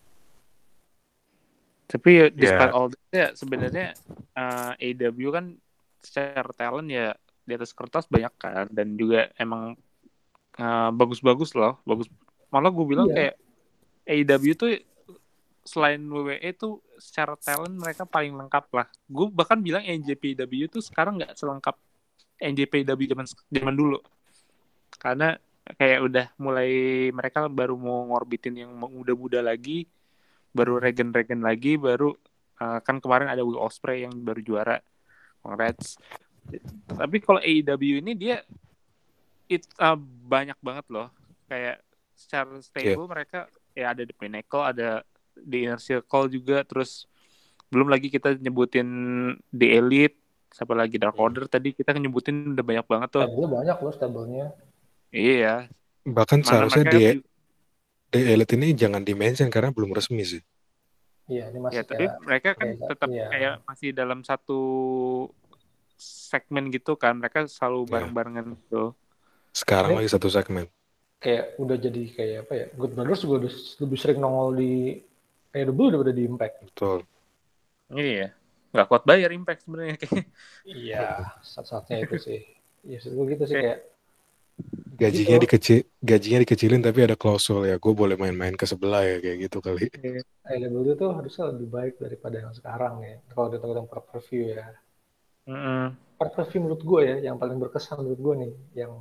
Tapi despite Ya. all that ya sebenarnya AEW kan secara talent ya di atas kertas banyak kan, dan juga emang bagus-bagus loh, bagus. Malah gue bilang Iya. kayak AEW tuh selain WWE tuh secara talent mereka paling lengkap lah. Gue bahkan bilang NJPW tuh sekarang nggak selengkap NJPW zaman dulu, karena kayak udah mulai mereka baru mau ngorbitin yang muda-muda lagi, baru regen lagi, baru kan kemarin ada Will Ospreay yang baru juara Congrats. Tapi kalau AEW ini dia banyak banget loh, kayak secara stable mereka ya ada The Pinnacle, ada The Inner Circle juga, terus belum lagi kita nyebutin The Elite, siapa lagi Dark Order, tadi kita nyebutin udah banyak banget tuh. Stable banyak loh stablenya. Iya, Bahkan mana seharusnya mereka The Elite ini jangan di-mention karena belum resmi sih. Iya, ini ya, masih tapi mereka kan tetap iya. kayak masih dalam satu segmen gitu kan, mereka selalu Ya. bareng-barengan gitu. Sekarang Ini lagi satu segmen. kayak udah jadi kayak apa ya? Good Brothers juga udah lebih sering nongol di AEW daripada di Impact. Betul. Iya. nggak kuat bayar Impact sebenarnya kayak. Iya, satu-satunya itu sih. Ya maksud gue gitu sih kayak Gajinya gitu. gajinya dikecilin tapi ada klausul ya, gue boleh main-main ke sebelah ya kayak gitu kali. AEW tuh harusnya lebih baik daripada yang sekarang ya. Kalau dihitung per view ya. Mm-mm. Per view menurut gue ya, yang paling berkesan menurut gue nih, yang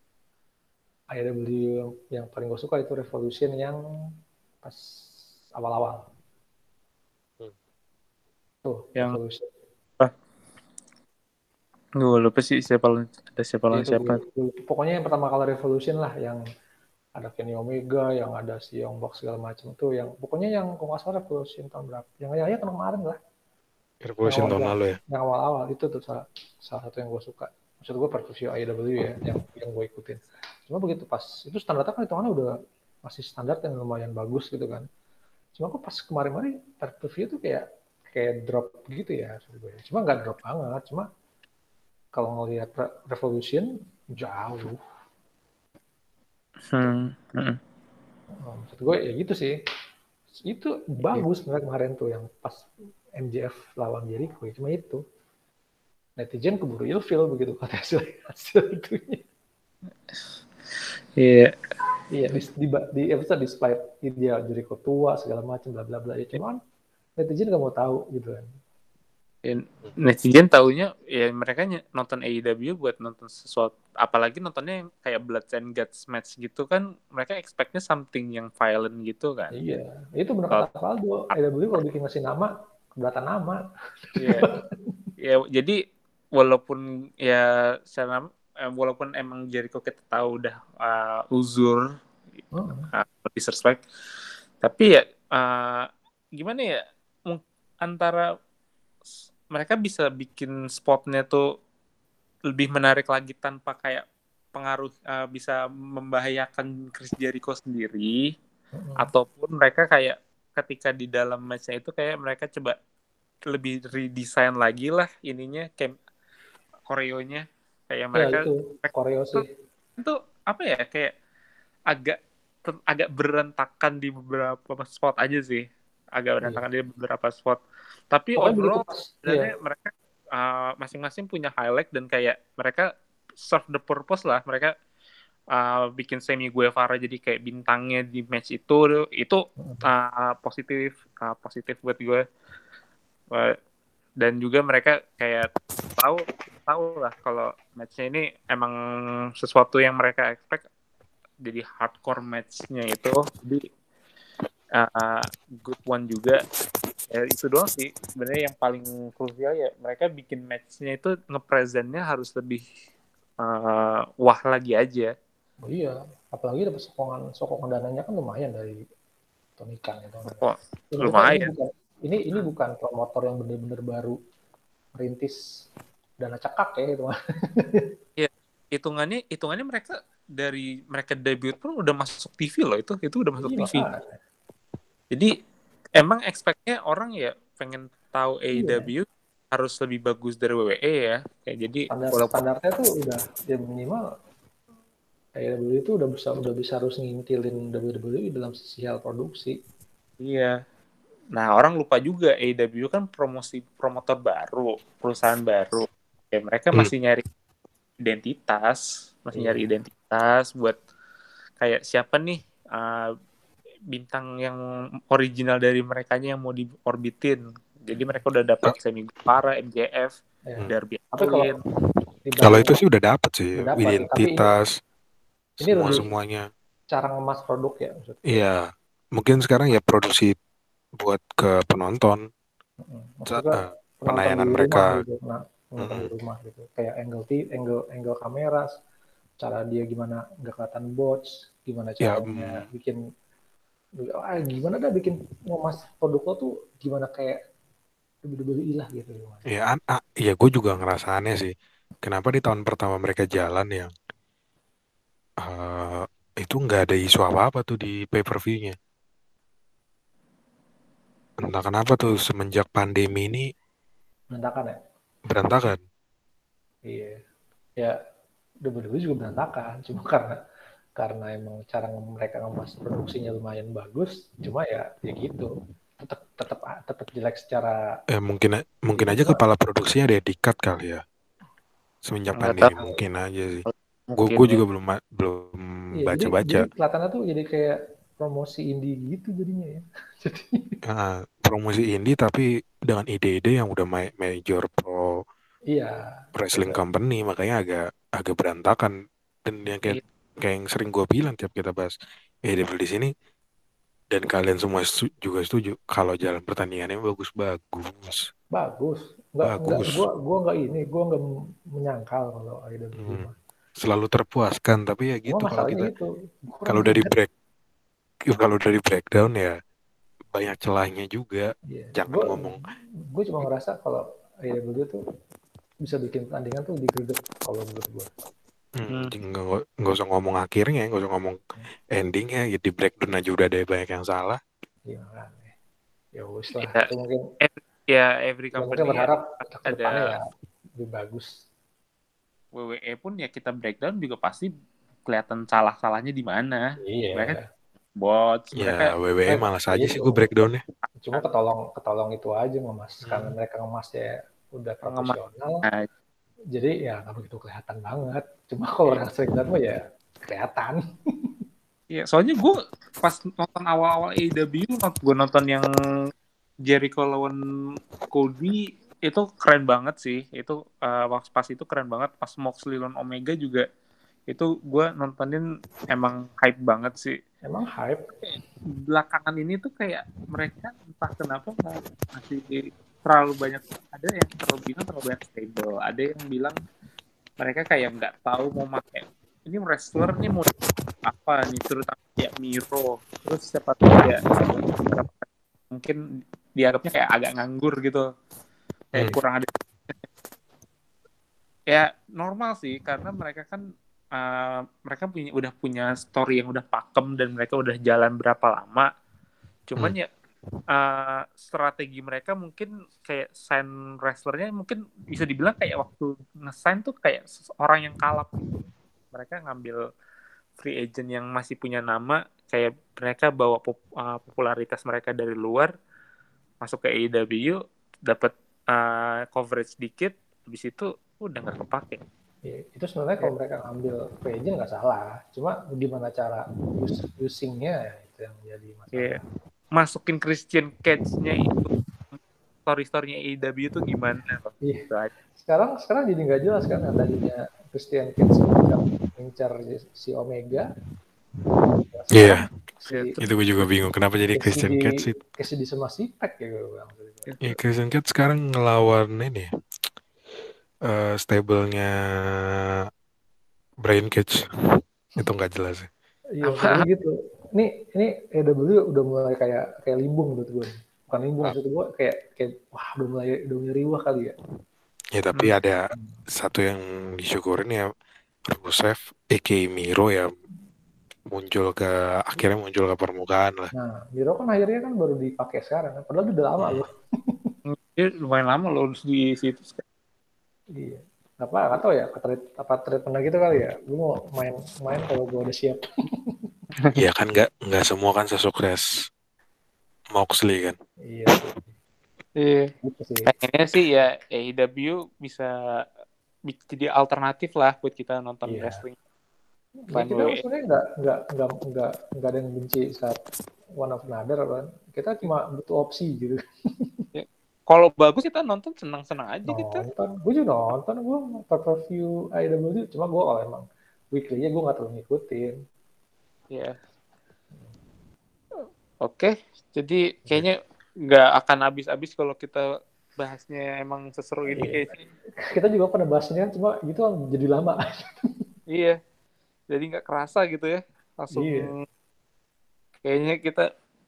AEW yang paling gue suka itu Revolution yang pas awal-awal. Tuh, Yang Revolution. gue lupa sih siapa Ya, lawan itu siapa. pokoknya yang pertama kali Revolution lah, yang ada Kenny Omega, yang ada si Young Bucks segala macam tuh, yang pokoknya yang kalau nggak salah Revolution tahun berapa? Yang ya kan kemarin lah, yang Revolution awal tahun yang, lalu ya. yang awal-awal itu tuh salah satu yang gue suka. Maksud gue per view AEW ya, yang gue ikutin. Cuma begitu pas itu standarnya kan hitungannya udah masih standar yang lumayan bagus gitu kan. Cuma kok pas kemarin-kemarin per view tuh kayak drop gitu ya, maksud gue. Cuma nggak drop banget, cuma kalau ngelihat Revolution jauh. Mm-mm. Maksud gue ya gitu sih. Itu bagus sebenarnya kemarin tuh yang pas MJF lawan Jericho. Cuma itu netizen keburu ilfil begitu kata hasil itunya. Iya. Iya di episode di slide dia Jericho tua segala macam bla bla bla ya cuman netizen nggak mau tahu gitu kan. Netizen taunya ya mereka nonton AEW buat nonton sesuatu, apalagi nontonnya yang kayak Blood and Guts match gitu kan, mereka expectnya something yang violent gitu kan. Iya itu benar Kalau kata Valdo, AEW kalau bikin ngasih nama keberatan nama. ya, ya jadi walaupun ya walaupun emang Jericho kita tahu udah uzur, disrespect, tapi ya gimana ya, antara mereka bisa bikin spotnya tuh lebih menarik lagi tanpa kayak pengaruh bisa membahayakan Chris Jericho sendiri, ataupun mereka kayak ketika di dalam matchnya itu kayak mereka coba lebih redesign lagi lah ininya kayak koreonya, kayak Ya mereka itu koreo tuh sih. itu apa ya, kayak agak agak berantakan di beberapa spot aja sih, agak Iya. berantakan di beberapa spot, tapi Pokoknya begitu overall pas iya. sebenarnya mereka masing-masing punya highlight dan kayak mereka serve the purpose lah, mereka bikin Sammy Guevara jadi kayak bintangnya di match itu positif buat gue. Dan juga mereka kayak tahu tahu lah kalau matchnya ini emang sesuatu yang mereka expect, jadi hardcore matchnya itu, jadi good one juga. Ya itu doang sih sebenarnya yang paling krusial, ya mereka bikin matchnya itu ngepresentnya harus lebih wah lagi aja. Oh iya, apalagi dapat sokongan dananya kan lumayan dari Tony Khan itu. Oh, Ternyata lumayan. ini bukan promotor yang benar-benar baru merintis dana cekak ya gitu. Ya, hitungannya mereka dari mereka debut pun udah masuk TV loh, itu udah masuk Iya TV. makanya. Jadi emang expect-nya orang ya pengen tahu Iya. AEW harus lebih bagus dari WWE ya. Kayak jadi walaupun Standarnya tuh udah ya minimal AEW itu udah bisa harus ngintilin WWE dalam sisi hal produksi. iya. Nah, orang lupa juga AEW kan promotor baru, perusahaan baru. Ya mereka Hmm. masih nyari identitas buat kayak siapa nih bintang yang original dari merekanya yang mau diorbitin. Jadi mereka udah dapat Sammy Guevara, MJF, Darby Tapi kalau Allin. Kalau itu sih udah dapet sih udah dapat, identitas ini lebih semuanya. cara ngemas produk ya maksudnya. Iya, mungkin sekarang ya produksi buat ke penonton, Maksudnya penonton penayangan di rumah mereka. gitu, penonton di rumah gitu. Kayak angle kamera, cara dia gimana nggak kelihatan bots, gimana Ya, caranya bikin gimana dah bikin ngemas produk lo tuh gimana kayak WWE lah gitu gimana. ya gue juga ngerasa aneh sih. Kenapa di tahun pertama mereka jalan yang itu nggak ada isu apa-apa tuh di pay-per-view-nya. Entah kenapa tuh semenjak pandemi ini Berantakan ya? berantakan. Iya. Ya WWE juga berantakan, cuma karena emang cara mereka ngemas produksinya lumayan bagus, cuma ya gitu. tetap jelek secara Mungkin aja cuma kepala produksinya ada yang di-cut kali ya. Semenjak Nggak pandemi tahu, mungkin aja sih. mungkin Gue ya. juga belum iya baca-baca. jadi kelihatannya tuh jadi kayak promosi indie gitu jadinya ya. Jadi Promosi indie tapi dengan ide-ide yang udah major pro iya wrestling benar. company, makanya agak berantakan. Dan yang kayak Iya, kayak yang sering gue bilang tiap kita bahas AEW di sini, dan kalian semua juga setuju kalau jalan pertandingannya bagus. Bagus. Nggak, Bagus. gua nggak menyangkal kalau AEW Hmm. mah. Selalu terpuaskan, tapi ya Cuma gitu masalahnya itu, gua kurang kalau dari greget. break kalau dari breakdown ya banyak celahnya juga. Iya, Jangan ngomong gue cuma ngerasa kalau AEW tuh bisa bikin pertandingan tuh lebih greget kalau menurut gue. nggak usah ngomong akhirnya, nggak usah ngomong endingnya, ya di breakdown aja udah ada banyak yang salah. Iya kan. Ya wis lah, ya, itu mungkin every ya mungkin company berharap ke depannya ada ya lebih bagus. WWE pun ya kita breakdown juga pasti kelihatan salah-salahnya di mana. Mereka Iya, bots, mereka Ya WWE malas aja sih itu. gue breakdownnya. Cuma ketolong itu aja ngemas karena mereka ngemasnya udah ngemas. profesional. Nah, Jadi ya nggak begitu kelihatan banget. Cuma kalau orang sering lihat mah ya kelihatan. ya, soalnya gue pas nonton awal-awal AEW, gue nonton yang Jericho lawan Cody itu keren banget sih. Itu waktu pas itu keren banget. Pas Moxley lawan Omega juga itu gue nontonin emang hype banget sih. Emang hype. Belakangan ini tuh kayak mereka entah kenapa masih terlalu banyak, ada yang terlalu bilang terlalu banyak stable, ada yang bilang mereka kayak nggak tahu mau pakai ini wrestler nih mau apa nih, terutama kayak Miro, terus siapa tahu kayak mungkin dianggapnya kayak agak nganggur gitu, kayak kurang ada. Ya normal sih karena mereka kan mereka udah punya story yang udah pakem dan mereka udah jalan berapa lama. Cuman ya strategi mereka mungkin kayak sign wrestlernya mungkin bisa dibilang kayak waktu nge-sign tuh kayak orang yang kalap gitu. Mereka ngambil free agent yang masih punya nama, kayak mereka bawa popularitas mereka dari luar masuk ke AEW, dapat coverage dikit, habis itu udah nggak kepake. Ya, itu sebenarnya kalau mereka ngambil free agent nggak salah. Cuma gimana cara usingnya itu yang jadi masalah. Yeah. Masukin Christian Cage-nya itu story-storynya AEW itu gimana? Iya. Sekarang jadi nggak jelas kan, tadinya Christian Cage mengincar si Omega. Iya. Si Itu gue juga bingung kenapa jadi Christian Cage itu. Casey sama si Pack ya gue bilang. Ya, Christian Cage sekarang ngelawan ini stablenya Brian Cage. Itu nggak jelas. Iya, jadi gitu. Ini AEW udah mulai kayak limbung menurut gue. Bukan limbung, maksud gue kayak wah udah mulai riuh kali ya. Ya tapi ada satu yang disyukurin ya, Rusev, a.k.a. Miro ya akhirnya muncul ke permukaan lah. Nah, Miro kan akhirnya kan baru dipakai sekarang kan. Padahal udah lama loh. Dia lumayan lama loh di situ. Iya. Nggak tahu ya, trade pernah gitu kali ya. Gue mau main kalau gue udah siap. Ya kan nggak semua kan sesukses Moxley kan. Iya. Iya. Gitu sih. Pengennya sih ya AEW bisa jadi alternatif lah buat kita nonton wrestling. Ya, kita sebenarnya nggak ada yang benci saat one of another kan. Kita cuma butuh opsi gitu. Ya. Kalau bagus kita nonton senang-senang aja kita. Gue juga nonton, gue review AEW, cuma gue kalau emang weekly-nya gue nggak terlalu ngikutin. Ya. Oke, jadi kayaknya nggak akan habis-habis kalau kita bahasnya emang seseru ini kayaknya. Kita juga pernah bahasnya, cuma gitu jadi lama. Iya, jadi nggak kerasa gitu ya. Langsung kayaknya kita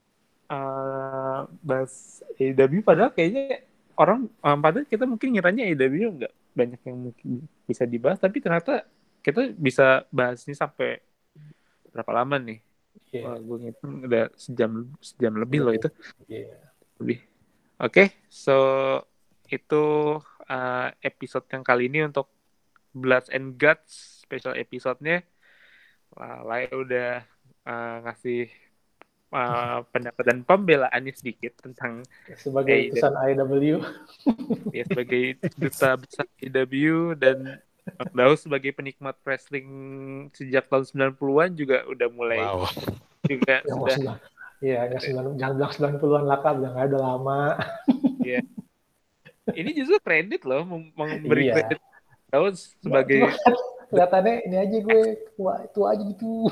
bahas AEW, padahal kayaknya padahal kita mungkin ngiranya AEW nggak banyak yang mungkin bisa dibahas, tapi ternyata kita bisa bahas ini sampai berapa lama nih? Wah, gue ngitung udah sejam lebih loh itu. Lebih. Oke, so itu episode yang kali ini untuk Bloods and Guts special episode-nya. Lai udah ngasih pendapat dan pembelaannya sedikit tentang Sebagai utusan AEW. ya sebagai duta besar AEW dan Bang Daus sebagai penikmat wrestling sejak tahun 90-an juga udah mulai Wow. juga Yang sudah jangan bilang 90-an lah Kak, udah lama. ya. Ini justru kredit loh memberi Iya. kredit Daus Cuma sebagai kan kelihatannya ini aja gue tua aja gitu.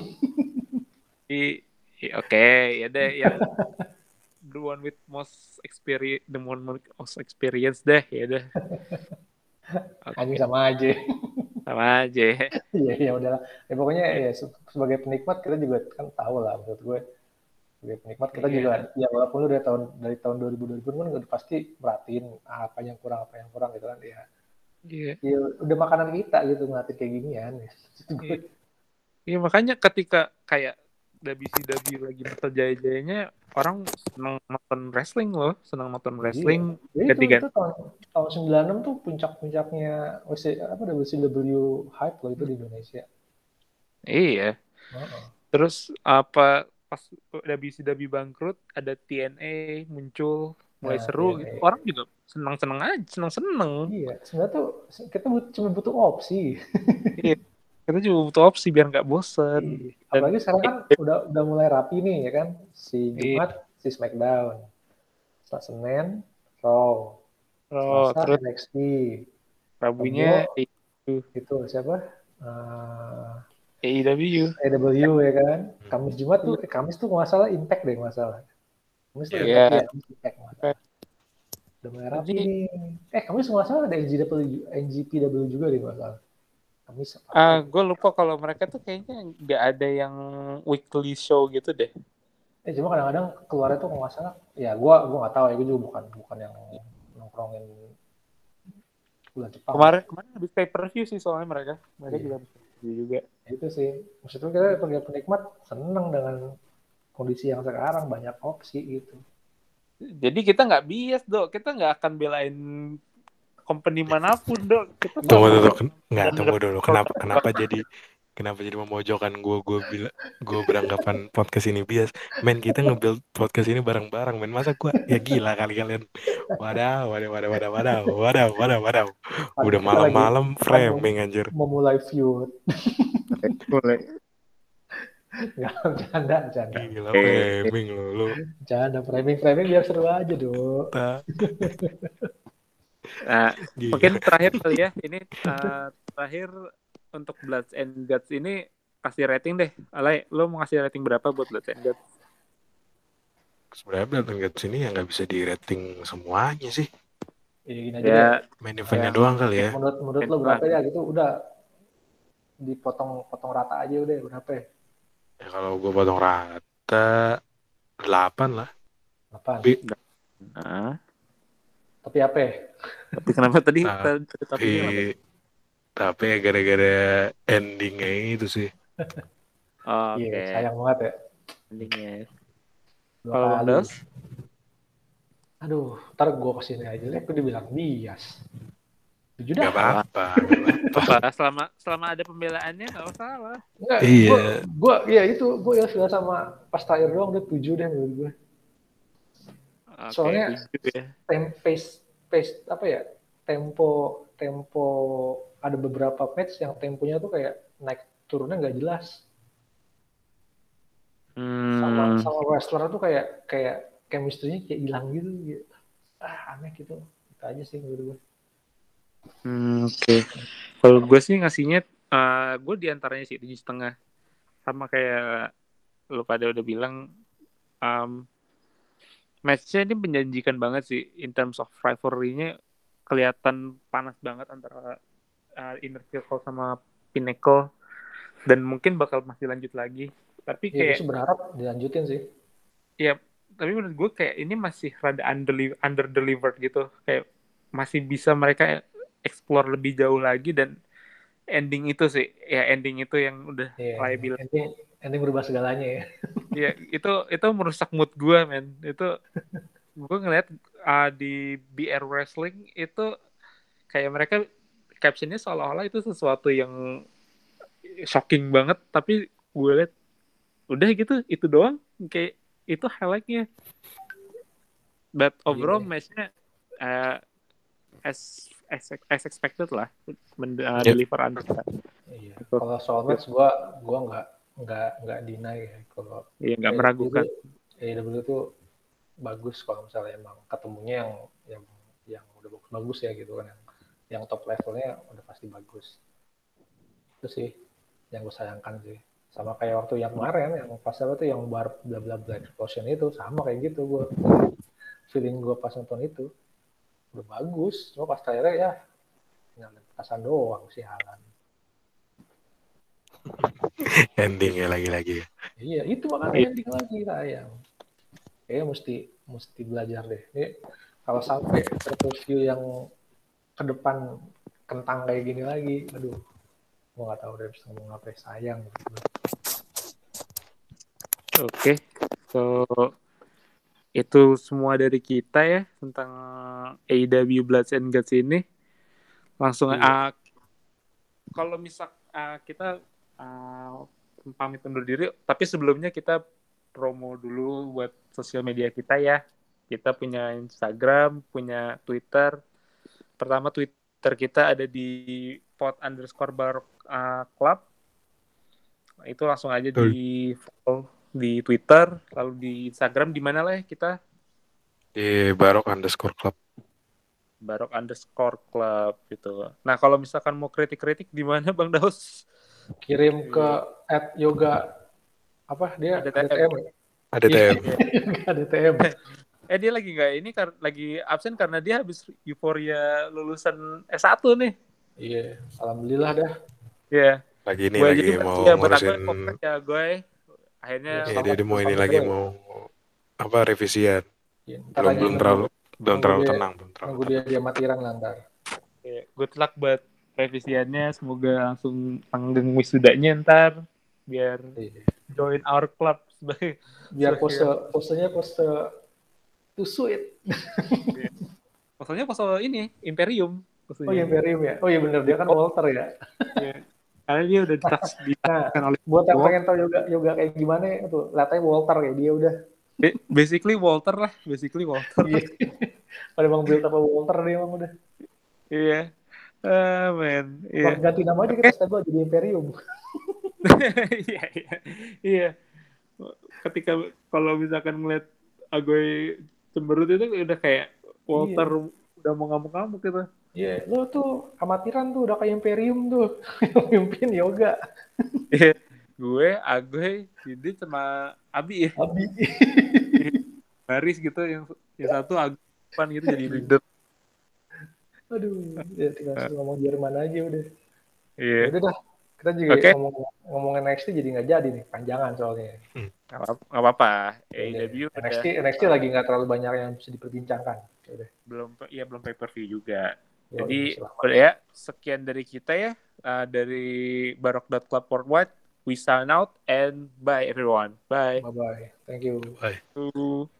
oke, ya deh yang the one with most experience, the one with most experience deh, ya deh. Anjing Oke, sama aja. sama aja. Iya ya udahlah. Ya pokoknya Ya, ya sebagai penikmat kita juga kan tahu lah menurut gue. Sebagai penikmat kita juga iya, ya walaupun lu dari tahun 2000 kan udah pasti merhatiin apa yang kurang gitu kan ya. iya, Ya udah makanan kita gitu ngeliatin kayak ginian. Itu gue. iya. Iya, makanya ketika kayak WCW lagi masa jaya-jayanya orang senang nonton wrestling loh, senang nonton Iya. wrestling Ya itu ganti-ganti. tahun 96 tuh puncak-puncaknya WCW hype loh itu di Indonesia. Iya. Heeh. Terus apa pas WCW bangkrut ada TNA muncul mulai Nah, seru gitu. TNA. Orang juga senang-senang aja, senang-senang. Iya, sebenarnya tuh kita cuma butuh opsi. Iya. Kita juga butuh opsi biar nggak bosen. Iya. Dan Apalagi sekarang kan udah mulai rapi nih ya kan. Si iya. Jumat si SmackDown, Senin Raw, Oh, Selasa terus NXT, Rabunya Rabu itu siapa? AEW. AEW ya kan. Kamis tuh nggak salah Impact deh nggak salah. Kamis tuh Impact Iya. ya, Kamis Impact nggak salah. Udah mulai rapi Jadi nih. Kamis nggak salah ada NGPW juga deh nggak salah. Kamis apa? gue lupa kalau mereka tuh kayaknya nggak ada yang weekly show gitu deh. Cuma kadang-kadang keluarnya tuh kalau nggak salah, ya gua nggak tahu ya, gue juga bukan yang nongkrongin bulan Jepang ya. Kemarin habis pay per view sih soalnya mereka Iya. juga habis pay per view juga. Itu sih, maksudnya kita sebagai penikmat seneng dengan kondisi yang sekarang banyak opsi gitu. Jadi kita nggak bias dok, kita nggak akan belain company manapun dok. Kita Tunggu dulu. Kenapa jadi memojokkan gue beranggapan podcast ini bias. Men, kita nge-build podcast ini bareng-bareng, men. Masa gue ya gila kali kalian. Wadaw. Udah Kita lagi malam-malam framing anjir. memulai feud. boleh. Nggak, bercanda. Gila framing lu. Bercanda, framing biar seru aja dok. Nah, mungkin terakhir kali ya, ini terakhir untuk Bloods and Guts ini kasih rating deh. Alay, lo mau kasih rating berapa buat Bloods and Guts? Sebenarnya Bloods and Guts ini ya nggak bisa di rating semuanya sih. Ya gini aja deh. Main eventnya doang kali ya. Menurut lo berapa ya gitu? Udah dipotong rata aja udah berapa ya? Ya kalau gue potong rata 8 lah. 8. Tapi apa ya? Tapi kenapa tadi? Tapi ya gara-gara endingnya itu sih. Iya, sayang banget ya. Endingnya. Kalau Bang Daus? Aduh, ntar gue kesini aja deh, gue dibilang bias. 7 dah. Gak apa-apa. Selama ada pembelaannya gak masalah. Enggak, gue ya sudah sama pas terakhir doang udah 7 deh menurut gue. Soalnya tempo ada beberapa match yang temponya tuh kayak naik turunnya nggak jelas. Sama wrestler tuh kayak chemistry-nya kayak hilang gitu. Aneh gitu. Itu aja sih menurut gue. Oke. Kalau gue sih ngasihnya gue diantaranya sih 7,5. Sama kayak lo pada udah bilang match-nya ini menjanjikan banget sih in terms of rivalry-nya, kelihatan panas banget antara Inner Circle sama Pinnacle dan mungkin bakal masih lanjut lagi. Tapi kayak gue berharap dilanjutin sih. Ya, tapi menurut gue kayak ini masih rada under delivered gitu. Kayak masih bisa mereka explore lebih jauh lagi dan ending itu sih, ya ending itu yang udah liability. Ending berubah segalanya ya. Iya, itu merusak mood gue, men. Itu gue ngeliat di BR Wrestling itu kayak mereka captionnya seolah-olah itu sesuatu yang shocking banget, tapi gue liat udah gitu, itu doang. Kayak itu highlightnya. But overall Iya. matchnya as expected lah, Yep. deliver under. Iya. Itu. Kalau soal match gua nggak deny ya kalau Iya, nggak AEW meragukan. itu bagus kalau misalnya emang ketemunya yang udah bagus ya gitu kan, yang top levelnya udah pasti bagus. Itu sih yang gue sayangkan sih. Sama kayak waktu yang kemarin yang pas apa tuh yang bar bla bla bla explosion itu sama kayak gitu gue. Feeling gue pas nonton itu udah bagus, cuma pas trailer ya tinggal petasan doang sih halan. Endingnya lagi-lagi ya. Iya, itu makanya ending lagi sayang. Kayaknya mesti belajar deh. Ini kalau sampai review yang ke depan kentang kayak gini lagi, aduh, gue nggak tahu udah bisa ngomong apa, sayang. Oke, so itu semua dari kita ya tentang AEW Bloods and Guts ini. Langsung kalau misal kita pamit undur diri, tapi sebelumnya kita promo dulu buat sosial media kita ya. Kita punya Instagram, punya Twitter. Pertama Twitter kita ada di _Barok Club. Itu langsung aja di follow di Twitter, lalu di Instagram di mana lah ya kita? Di _Barok_Club. _Club gitu. Nah, kalau misalkan mau kritik-kritik di mana Bang Daus? Kirim ke @yoga apa dia ada TM. Ada TM. Ada TM. Dia lagi nggak ini lagi absen karena dia habis euforia lulusan S1 nih. Iya, alhamdulillah dah. Iya. Lagi ini Gue lagi jadi mau ngurusin ngurusin. Ya gue akhirnya Iya, dia mau ini lagi mau revisian. Ya, Belum terlalu tenang. Nunggu dia matiran lah ntar. Good luck buat revisiannya, semoga langsung langgeng wisudanya ntar biar join our club sebagai biar posenya pose too sweet. Posenya pose ini Imperium. Oh iya Imperium ya. Oh iya bener, dia kan Walter ya. Iya. Karena dia udah ditakdirkan oleh buat yang pengen tahu yoga kayak gimana tuh, lihat aja Walter ya, dia udah basically Walter. pada bang build apa Walter dia emang udah. Iya. Men. Iya. Ganti nama aja kita stable jadi Imperium. Iya. Ketika kalau misalkan ngeliat Agoy cemberut itu udah kayak Walter udah mau ngamuk-ngamuk gitu. Iya, lo tuh amatiran tuh udah kayak Imperium tuh. Mimpin yoga. Iya. Gue, Agoy, Didi sama Abi ya. Abi. Baris gitu, yang satu Agoy gitu jadi leader. Aduh, ya tinggal ngomong Jerman aja udah. Iya. Udah dah, kita juga ngomongin NXT jadi nggak jadi nih, panjangan soalnya. Nggak apa-apa. AEW NXT lagi nggak terlalu banyak yang bisa diperbincangkan. Udah. Belum pay-per-view juga. Yo, jadi ya sekian dari kita ya, dari Barok.Club Worldwide. We sign out and bye everyone. Bye. Bye. Thank you. Bye.